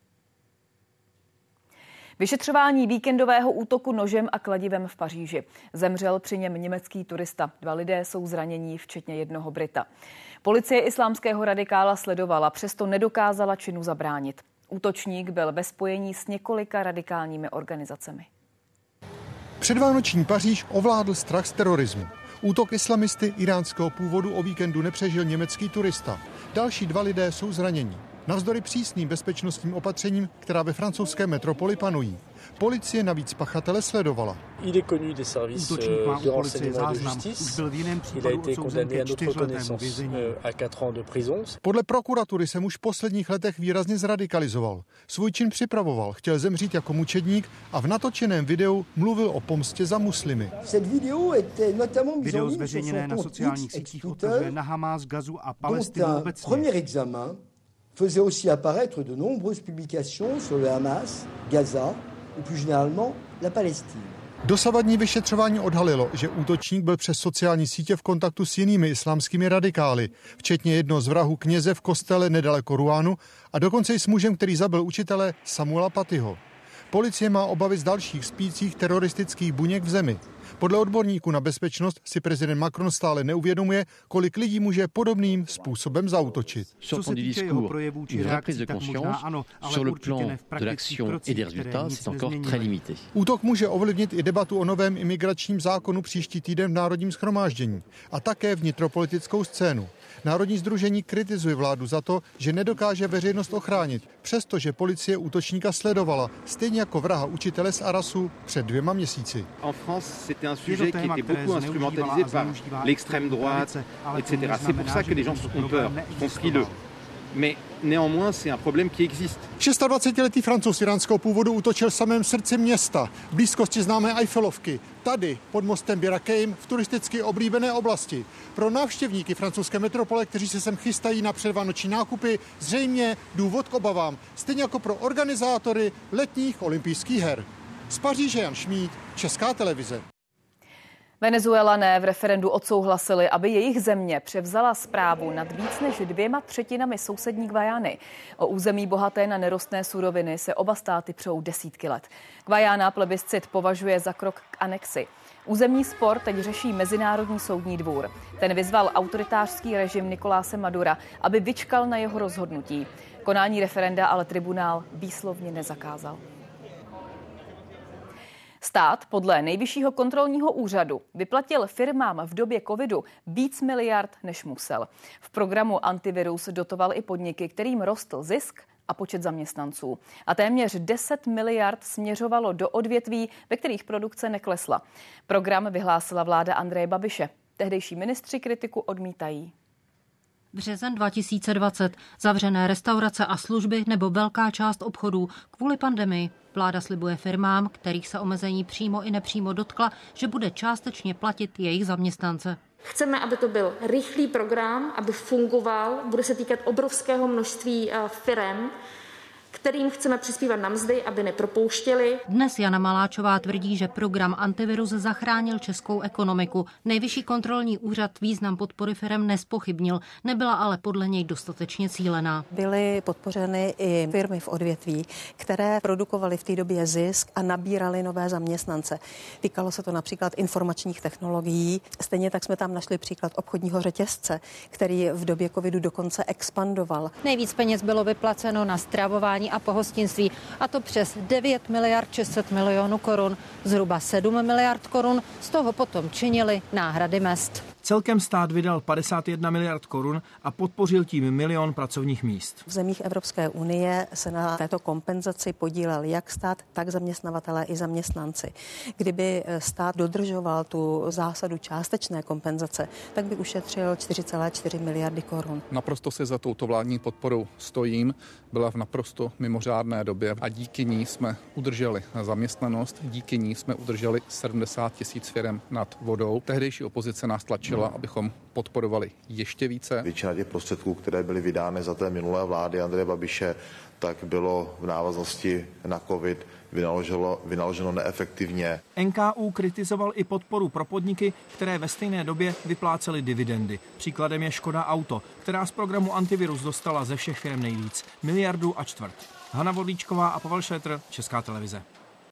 Vyšetřování víkendového útoku nožem a kladivem v Paříži. Zemřel při něm německý turista. Dva lidé jsou zranění, včetně jednoho Brita. Policie islámského radikála sledovala, přesto nedokázala činu zabránit. Útočník byl ve spojení s několika radikálními organizacemi. Předvánoční Paříž ovládl strach z terorismu. Útok islamisty iránského původu o víkendu nepřežil německý turista. Další dva lidé jsou zranění. Navzdory přísným bezpečnostním opatřením, která ve francouzské metropoli panují. Policie navíc pachatele sledovala. Útočník má u policie záznam. Už byl v jiném případu odsouzen ke čtyřletému vězení. Podle prokuratury se muž v posledních letech výrazně zradikalizoval. Svůj čin připravoval, chtěl zemřít jako mučedník a v natočeném videu mluvil o pomstě za muslimy. Video zveřejněné na sociálních sítích odkazuje na Hamás, Gazu a Palestinu obecně. faisait aussi apparaître de nombreuses publications sur le Hamas, Gaza ou plus généralement la Palestine. Dosavadní vyšetřování odhalilo, že útočník byl přes sociální sítě v kontaktu s jinými islámskými radikály, včetně jednoho z vrahů kněze v kostele nedaleko Ruánu a dokonce i s mužem, který zabil učitele Samuela Patyho. Policie má obavy z dalších spících teroristických buněk v zemi. Podle odborníků na bezpečnost si prezident Macron stále neuvědomuje, kolik lidí může podobným způsobem zaútočit. Co se týče jeho projevů či reakcí, tak možná ano, ale určitě ne v praktických krocích, které nic nezměnily. Útok může ovlivnit i debatu o novém imigračním zákonu příští týden v Národním shromáždění a také vnitropolitickou scénu. Národní sdružení kritizuje vládu za to, že nedokáže veřejnost ochránit, přestože policie útočníka sledovala, stejně jako vraha učitele z Arasu před dvěma měsíci. En France, c'était un sujet qui était beaucoup instrumentalisé par l'extrême droite, et cetera. C'est pour ça que les gens ont peur, sont frileux. Mais néanmoins, c'est un problème qui existe. dvacetišestiletý Francouz iránského původu útočil v samém srdci města, v blízkosti známé Eiffelovky, tady pod mostem Bir Hakeim v turisticky oblíbené oblasti. Pro návštěvníky francouzské metropole, kteří se sem chystají na předvánoční nákupy, zřejmě důvod k obavám, stejně jako pro organizátory letních olympijských her. Z Paříže Jan Šmíd, Česká televize. Venezuelané v referendu odsouhlasili, aby jejich země převzala správu nad víc než dvěma třetinami sousední Guajány. O území bohaté na nerostné suroviny se oba státy přou desítky let. Guajána plebiscit považuje za krok k anexi. Územní spor teď řeší Mezinárodní soudní dvůr. Ten vyzval autoritářský režim Nicoláse Madura, aby vyčkal na jeho rozhodnutí. Konání referenda ale tribunál výslovně nezakázal. Stát podle Nejvyššího kontrolního úřadu vyplatil firmám v době covidu víc miliard, než musel. V programu Antivirus dotoval i podniky, kterým rostl zisk a počet zaměstnanců. A téměř deset miliard směřovalo do odvětví, ve kterých produkce neklesla. Program vyhlásila vláda Andreje Babiše. Tehdejší ministři kritiku odmítají. Březen dva tisíce dvacet. Zavřené restaurace a služby nebo velká část obchodů kvůli pandemii. Vláda slibuje firmám, kterých se omezení přímo i nepřímo dotkla, že bude částečně platit jejich zaměstnance. Chceme, aby to byl rychlý program, aby fungoval, bude se týkat obrovského množství firem, kterým chceme přispívat na mzdy, aby nepropouštěli. Dnes Jana Maláčová tvrdí, že program Antivirus zachránil českou ekonomiku. Nejvyšší kontrolní úřad význam podpory firem nezpochybnil, nebyla ale podle něj dostatečně cílená. Byly podpořeny i firmy v odvětví, které produkovaly v té době zisk a nabíraly nové zaměstnance. Týkalo se to například informačních technologií. Stejně tak jsme tam našli příklad obchodního řetězce, který v době covidu dokonce expandoval. Nejvíc peněz bylo vyplaceno na stravování a pohostinství, a to přes devět miliard šest set milionů korun. Zhruba sedm miliard korun z toho potom činily náhrady mezd. Celkem stát vydal padesát jedna miliard korun a podpořil tím milion pracovních míst. V zemích Evropské unie se na této kompenzaci podílel jak stát, tak zaměstnavatelé i zaměstnanci. Kdyby stát dodržoval tu zásadu částečné kompenzace, tak by ušetřil čtyři celé čtyři miliardy korun. Naprosto si za touto vládní podporou stojím. Byla v naprosto mimořádné době a díky ní jsme udrželi zaměstnanost, díky ní jsme udrželi sedmdesát tisíc firem nad vodou. Tehdejší opozice nás tlačila, abychom podporovali ještě více. Většina těch prostředků, které byly vydány za té minulé vlády Andreje Babiše, tak bylo v návaznosti na covid vynaloženo, vynaloženo neefektivně. N K U kritizoval i podporu pro podniky, které ve stejné době vyplácely dividendy. Příkladem je Škoda Auto, která z programu Antivirus dostala ze všech firm nejvíc. Miliardu a čtvrt. Hana Vodlíčková a Pavel Šétr, Česká televize.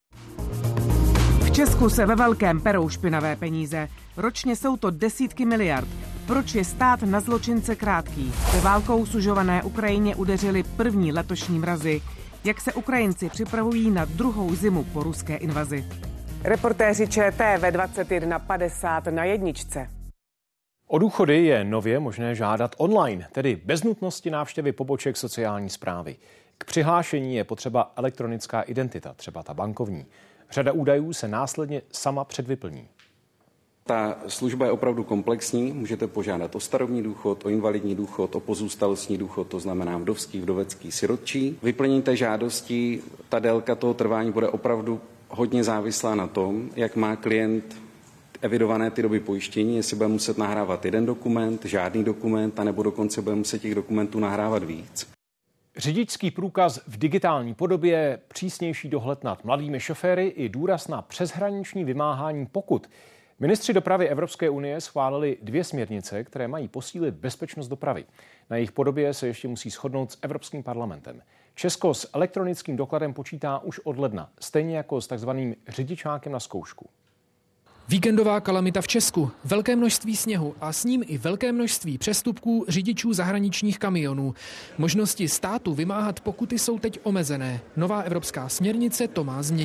V Česku se ve velkém perou špinavé peníze. Ročně jsou to desítky miliard. Proč je stát na zločince krátký? Ve válkou sužované Ukrajině udeřili první letošní mrazy. Jak se Ukrajinci připravují na druhou zimu po ruské invazi? Reportéři Č T ve dvacet jedna padesát na jedničce. O důchody je nově možné žádat online, tedy bez nutnosti návštěvy poboček sociální správy. K přihlášení je potřeba elektronická identita, třeba ta bankovní. Řada údajů se následně sama předvyplní. Ta služba je opravdu komplexní. Můžete požádat o starobní důchod, o invalidní důchod, o pozůstalostní důchod, to znamená vdovský, vdovecký, sirotčí. Vyplnění té žádosti, ta délka toho trvání bude opravdu hodně závislá na tom, jak má klient evidované ty doby pojištění, jestli bude muset nahrávat jeden dokument, žádný dokument, anebo dokonce bude muset těch dokumentů nahrávat víc. Řidičský průkaz v digitální podobě, přísnější dohled nad mladými šoféry i důraz na přeshraniční vymáhání pokut. Ministři dopravy Evropské unie schválili dvě směrnice, které mají posílit bezpečnost dopravy. Na jejich podobě se ještě musí shodnout s Evropským parlamentem. Česko s elektronickým dokladem počítá už od ledna, stejně jako s takzvaným řidičákem na zkoušku. Víkendová kalamita v Česku, velké množství sněhu a s ním i velké množství přestupků řidičů zahraničních kamionů. Možnosti státu vymáhat pokuty jsou teď omezené. Nová evropská směrnice to má změnit.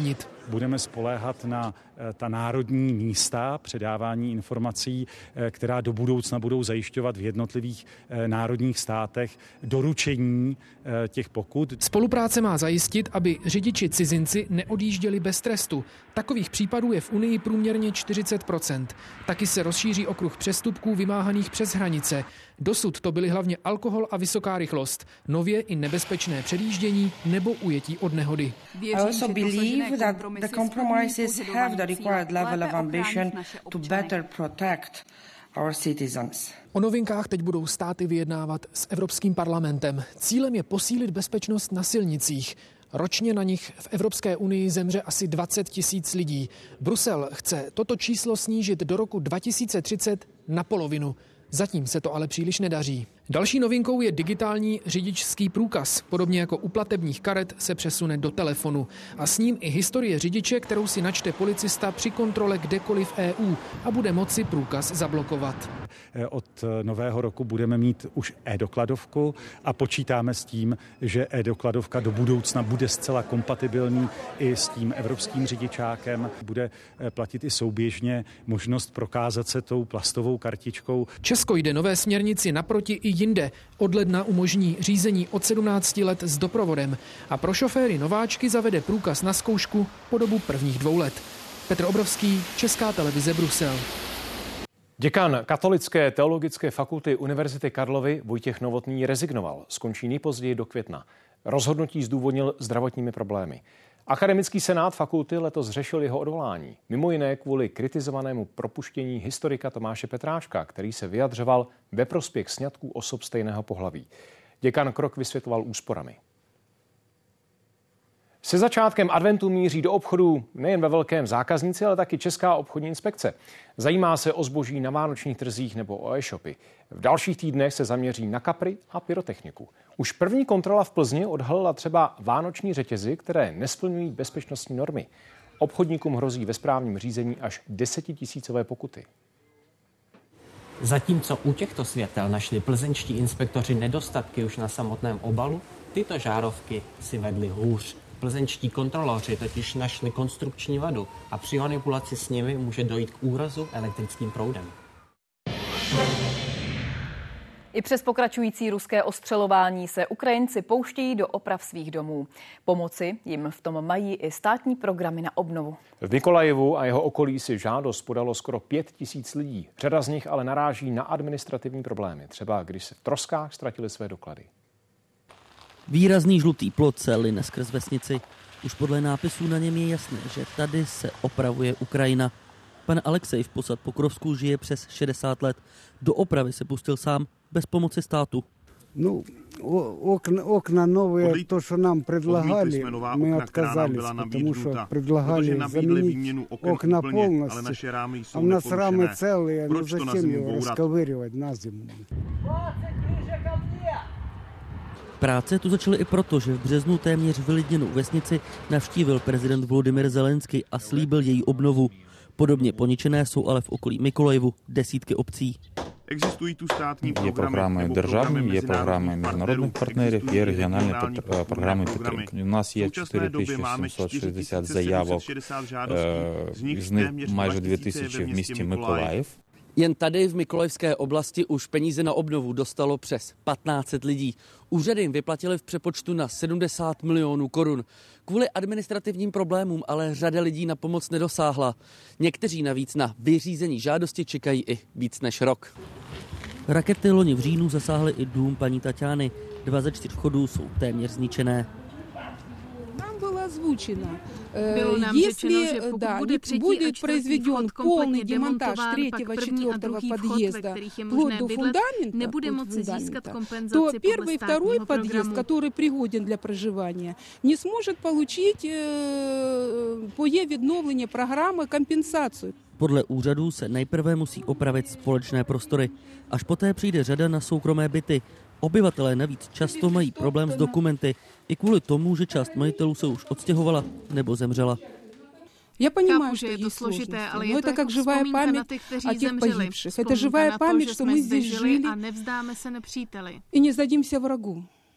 budeme spoléhat na ta národní místa předávání informací, která do budoucna budou zajišťovat v jednotlivých národních státech doručení těch pokut. Spolupráce má zajistit, aby řidiči cizinci neodjížděli bez trestu. Takových případů je v Unii průměrně čtyřicet procent. Taky se rozšíří okruh přestupků vymáhaných přes hranice. Dosud to byly hlavně alkohol a vysoká rychlost, nově i nebezpečné předjíždění nebo ujetí od nehody. I also believe that the compromises have the required level of ambition to better protect our citizens. O novinkách teď budou státy vyjednávat s Evropským parlamentem. Cílem je posílit bezpečnost na silnicích. Ročně na nich v Evropské unii zemře asi dvacet tisíc lidí. Brusel chce toto číslo snížit do roku dva tisíce třicet na polovinu. Zatím se to ale příliš nedaří. Další novinkou je digitální řidičský průkaz. Podobně jako u platebních karet se přesune do telefonu. A s ním i historie řidiče, kterou si načte policista při kontrole kdekoliv v E U a bude moci průkaz zablokovat. Od nového roku budeme mít už e-dokladovku a počítáme s tím, že e-dokladovka do budoucna bude zcela kompatibilní i s tím evropským řidičákem. Bude platit i souběžně možnost prokázat se tou plastovou kartičkou. Česko jde nové směrnici naproti i jinde. Od ledna umožní řízení od sedmnácti let s doprovodem a pro šoféry nováčky zavede průkaz na zkoušku po dobu prvních dvou let. Petr Obrovský, Česká televize, Brusel. Děkan Katolické teologické fakulty Univerzity Karlovy Vojtěch Novotný rezignoval. Skončí nejpozději do května. Rozhodnutí zdůvodnil zdravotními problémy. Akademický senát fakulty letos řešil jeho odvolání. Mimo jiné kvůli kritizovanému propuštění historika Tomáše Petráčka, který se vyjadřoval ve prospěch sňatků osob stejného pohlaví. Děkan krok vysvětloval úsporami. Se začátkem adventu míří do obchodu nejen ve velkém zákazníci, ale taky Česká obchodní inspekce. Zajímá se o zboží na vánočních trzích nebo o e-shopy. V dalších týdnech se zaměří na kapry a pyrotechniku. Už první kontrola v Plzni odhalila třeba vánoční řetězy, které nesplňují bezpečnostní normy. Obchodníkům hrozí ve správním řízení až desetitisícové pokuty. Zatímco u těchto světel našli plzeňští inspektoři nedostatky už na samotném obalu, tyto žárovky si vedly hůř. Plzeňští kontroloři totiž našli konstrukční vadu a při manipulaci s nimi může dojít k úrazu elektrickým proudem. I přes pokračující ruské ostřelování se Ukrajinci pouštějí do oprav svých domů. Pomoci jim v tom mají i státní programy na obnovu. V Mykolajivu a jeho okolí si žádost podalo skoro pět tisíc lidí. Řada z nich ale naráží na administrativní problémy, třeba když se v troskách ztratili své doklady. Výrazný žlutý plot se line skrz vesnici. Už podle nápisů na něm je jasné, že tady se opravuje Ukrajina. Pan Alexej v Posad Pokrovsku žije přes šedesát let. Do opravy se pustil sám, bez pomoci státu. No, okna, okna nové, to, co nám předlagali, my odkazali, protože předlagali zaměnit okna plnosti. A u nás rámy celé, no zачем je rozkovírovat na zimu. Práce tu začaly i proto, že v březnu téměř vylidněnou vesnici navštívil prezident Volodymyr Zelenský a slíbil její obnovu. Podobně poničené jsou ale v okolí Mykolajivu desítky obcí. Existují tu státní programy, programy державні, є програми міжнародних партнерів, є регіональні програми підтримки. У нас є чотири тисячі сімсот шістдесят заявок, з них майже дві тисячі в місті Миколаїв. Jen tady v Mykolajivské oblasti už peníze na obnovu dostalo přes patnáct set lidí. Úřady jim vyplatili v přepočtu na sedmdesát milionů korun. Kvůli administrativním problémům ale řada lidí na pomoc nedosáhla. Někteří navíc na vyřízení žádosti čekají i víc než rok. Rakety loni v říjnu zasáhly i dům paní Taťány. Dva ze čtyř vchodů jsou téměř zničené. Озвучено. Если да, будет произведен полный демонтаж третьего, четвертого подъезда вплоть до фундамента, фундамента, то первый и второй подъезд, который пригоден для проживания, не сможет получить по є відновлення програми компенсацию. Podle úřadů se nejprve musí opravit společné prostory, až poté přijde řada na soukromé byty. Obyvatelé navíc často mají problém s dokumenty, i kvůli tomu, že část majitelů se už odstěhovala nebo zemřela. Я понимаю, что это сложité, ale je to как живая память о тех погибших. Это живая память, что мы здесь жили и не сдадимся врагу.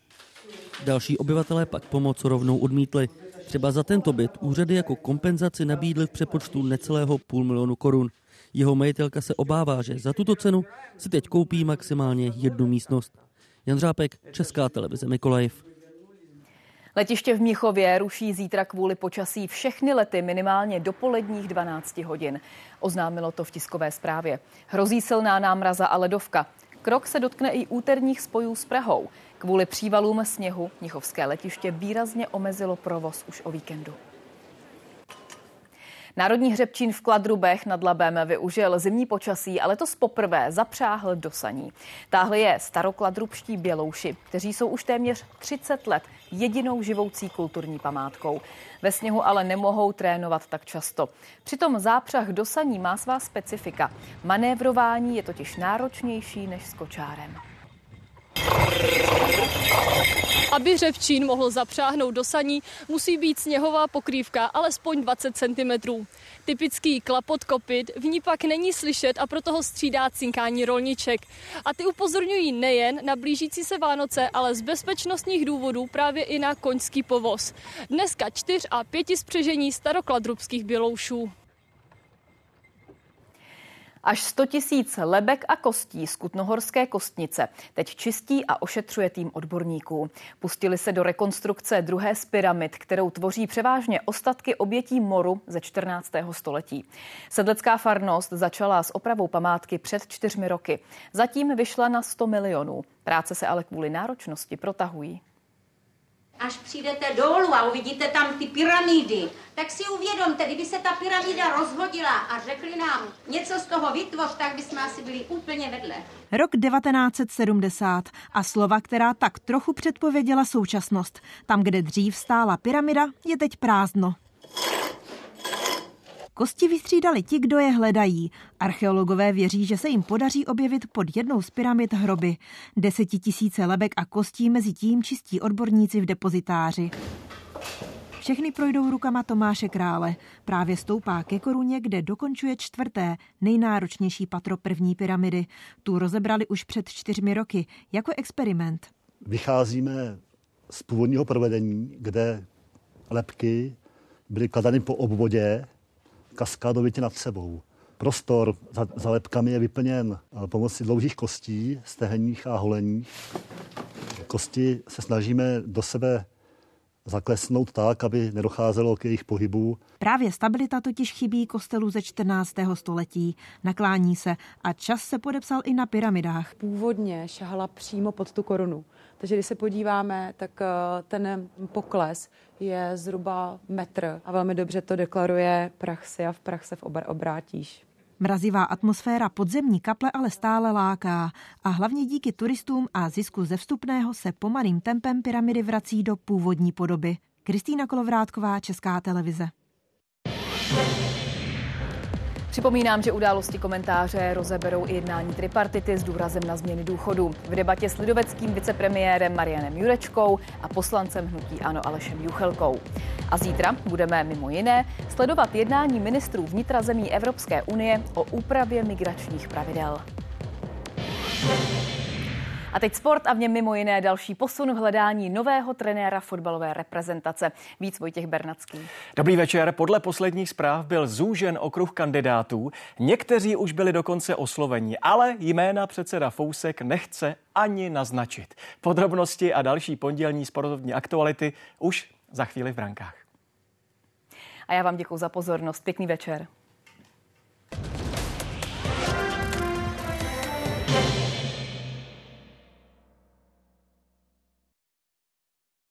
Další obyvatelé pak pomoc rovnou odmítli. Třeba za tento byt úřady jako kompenzaci nabídly v přepočtu necelého půl milionu korun. Jeho majitelka se obává, že za tuto cenu si teď koupí maximálně jednu místnost. Jan Řápek, Česká televize Mykolaiv. Letiště v Mnichově ruší zítra kvůli počasí všechny lety minimálně do poledních dvanácti hodin. Oznámilo to v tiskové zprávě. Hrozí silná námraza a ledovka. Krok se dotkne i úterních spojů s Prahou. Kvůli přívalům sněhu mnichovské letiště výrazně omezilo provoz už o víkendu. Národní hřebčín v Kladrubech nad Labem využil zimní počasí a letos poprvé zapřáhl do saní. Táhli je starokladrubští bělouši, kteří jsou už téměř třicet let jedinou živoucí kulturní památkou. Ve sněhu ale nemohou trénovat tak často. Přitom zápřah do saní má svá specifika. Manévrování je totiž náročnější než s kočárem. Aby hřebčín mohl zapřáhnout do saní, musí být sněhová pokrývka alespoň dvacet centimetrů. Typický klapot kopyt v ní pak není slyšet a proto ho střídá cinkání rolniček. A ty upozorňují nejen na blížící se Vánoce, ale z bezpečnostních důvodů právě i na koňský povoz. Dneska čtyř a pěti spřežení starokladrubských běloušů. Až sto tisíc lebek a kostí z Kutnohorské kostnice teď čistí a ošetřuje tým odborníků. Pustili se do rekonstrukce druhé z pyramid, kterou tvoří převážně ostatky obětí moru ze čtrnáctého století. Sedlecká farnost začala s opravou památky před čtyřmi roky. Zatím vyšla na sto milionů. Práce se ale kvůli náročnosti protahují. Až přijdete dolů a uvidíte tam ty pyramidy, tak si uvědomte, kdyby se ta pyramida rozhodila a řekli nám něco z toho vytvoř, tak bychom asi byli úplně vedle. Rok devatenáct set sedmdesát a slova, která tak trochu předpověděla současnost. Tam, kde dřív stála pyramida, je teď prázdno. Kosti vystřídali ti, kdo je hledají. Archeologové věří, že se jim podaří objevit pod jednou z pyramid hroby. Desetitisíce lebek a kostí mezi tím čistí odborníci v depozitáři. Všechny projdou rukama Tomáše Krále. Právě stoupá ke koruně, kde dokončuje čtvrté, nejnáročnější patro první pyramidy. Tu rozebrali už před čtyřmi roky, jako experiment. Vycházíme z původního provedení, kde lebky byly kladeny po obvodě, kaskádovitě nad sebou. Prostor za, za lebkami je vyplněn pomocí dlouhých kostí, stehenních a holeních. Kosti se snažíme do sebe zaklesnout tak, aby nedocházelo k jejich pohybu. Právě stabilita totiž chybí kostelu ze čtrnáctého století. Naklání se a čas se podepsal i na pyramidách. Původně šahala přímo pod tu korunu. Takže když se podíváme, tak ten pokles je zhruba metr a velmi dobře to deklaruje praxi a v prach se obrátíš. Mrazivá atmosféra podzemní kaple ale stále láká a hlavně díky turistům a zisku ze vstupného se pomalým tempem pyramidy vrací do původní podoby. Kristýna Kolovrátková, Česká televize. Připomínám, že události komentáře rozeberou i jednání tripartity s důrazem na změny důchodů. V debatě s lidoveckým vicepremiérem Marianem Jurečkou a poslancem hnutí ANO Alešem Juchelkou. A zítra budeme mimo jiné sledovat jednání ministrů vnitra zemí Evropské unie o úpravě migračních pravidel. A teď sport a v něm mimo jiné další posun v hledání nového trenéra fotbalové reprezentace. Víc Vojtěch Bernacký. Dobrý večer. Podle posledních zpráv byl zúžen okruh kandidátů. Někteří už byli dokonce osloveni, ale jména předseda Fousek nechce ani naznačit. Podrobnosti a další pondělní sportovní aktuality už za chvíli v brankách. A já vám děkuji za pozornost. Pěkný večer.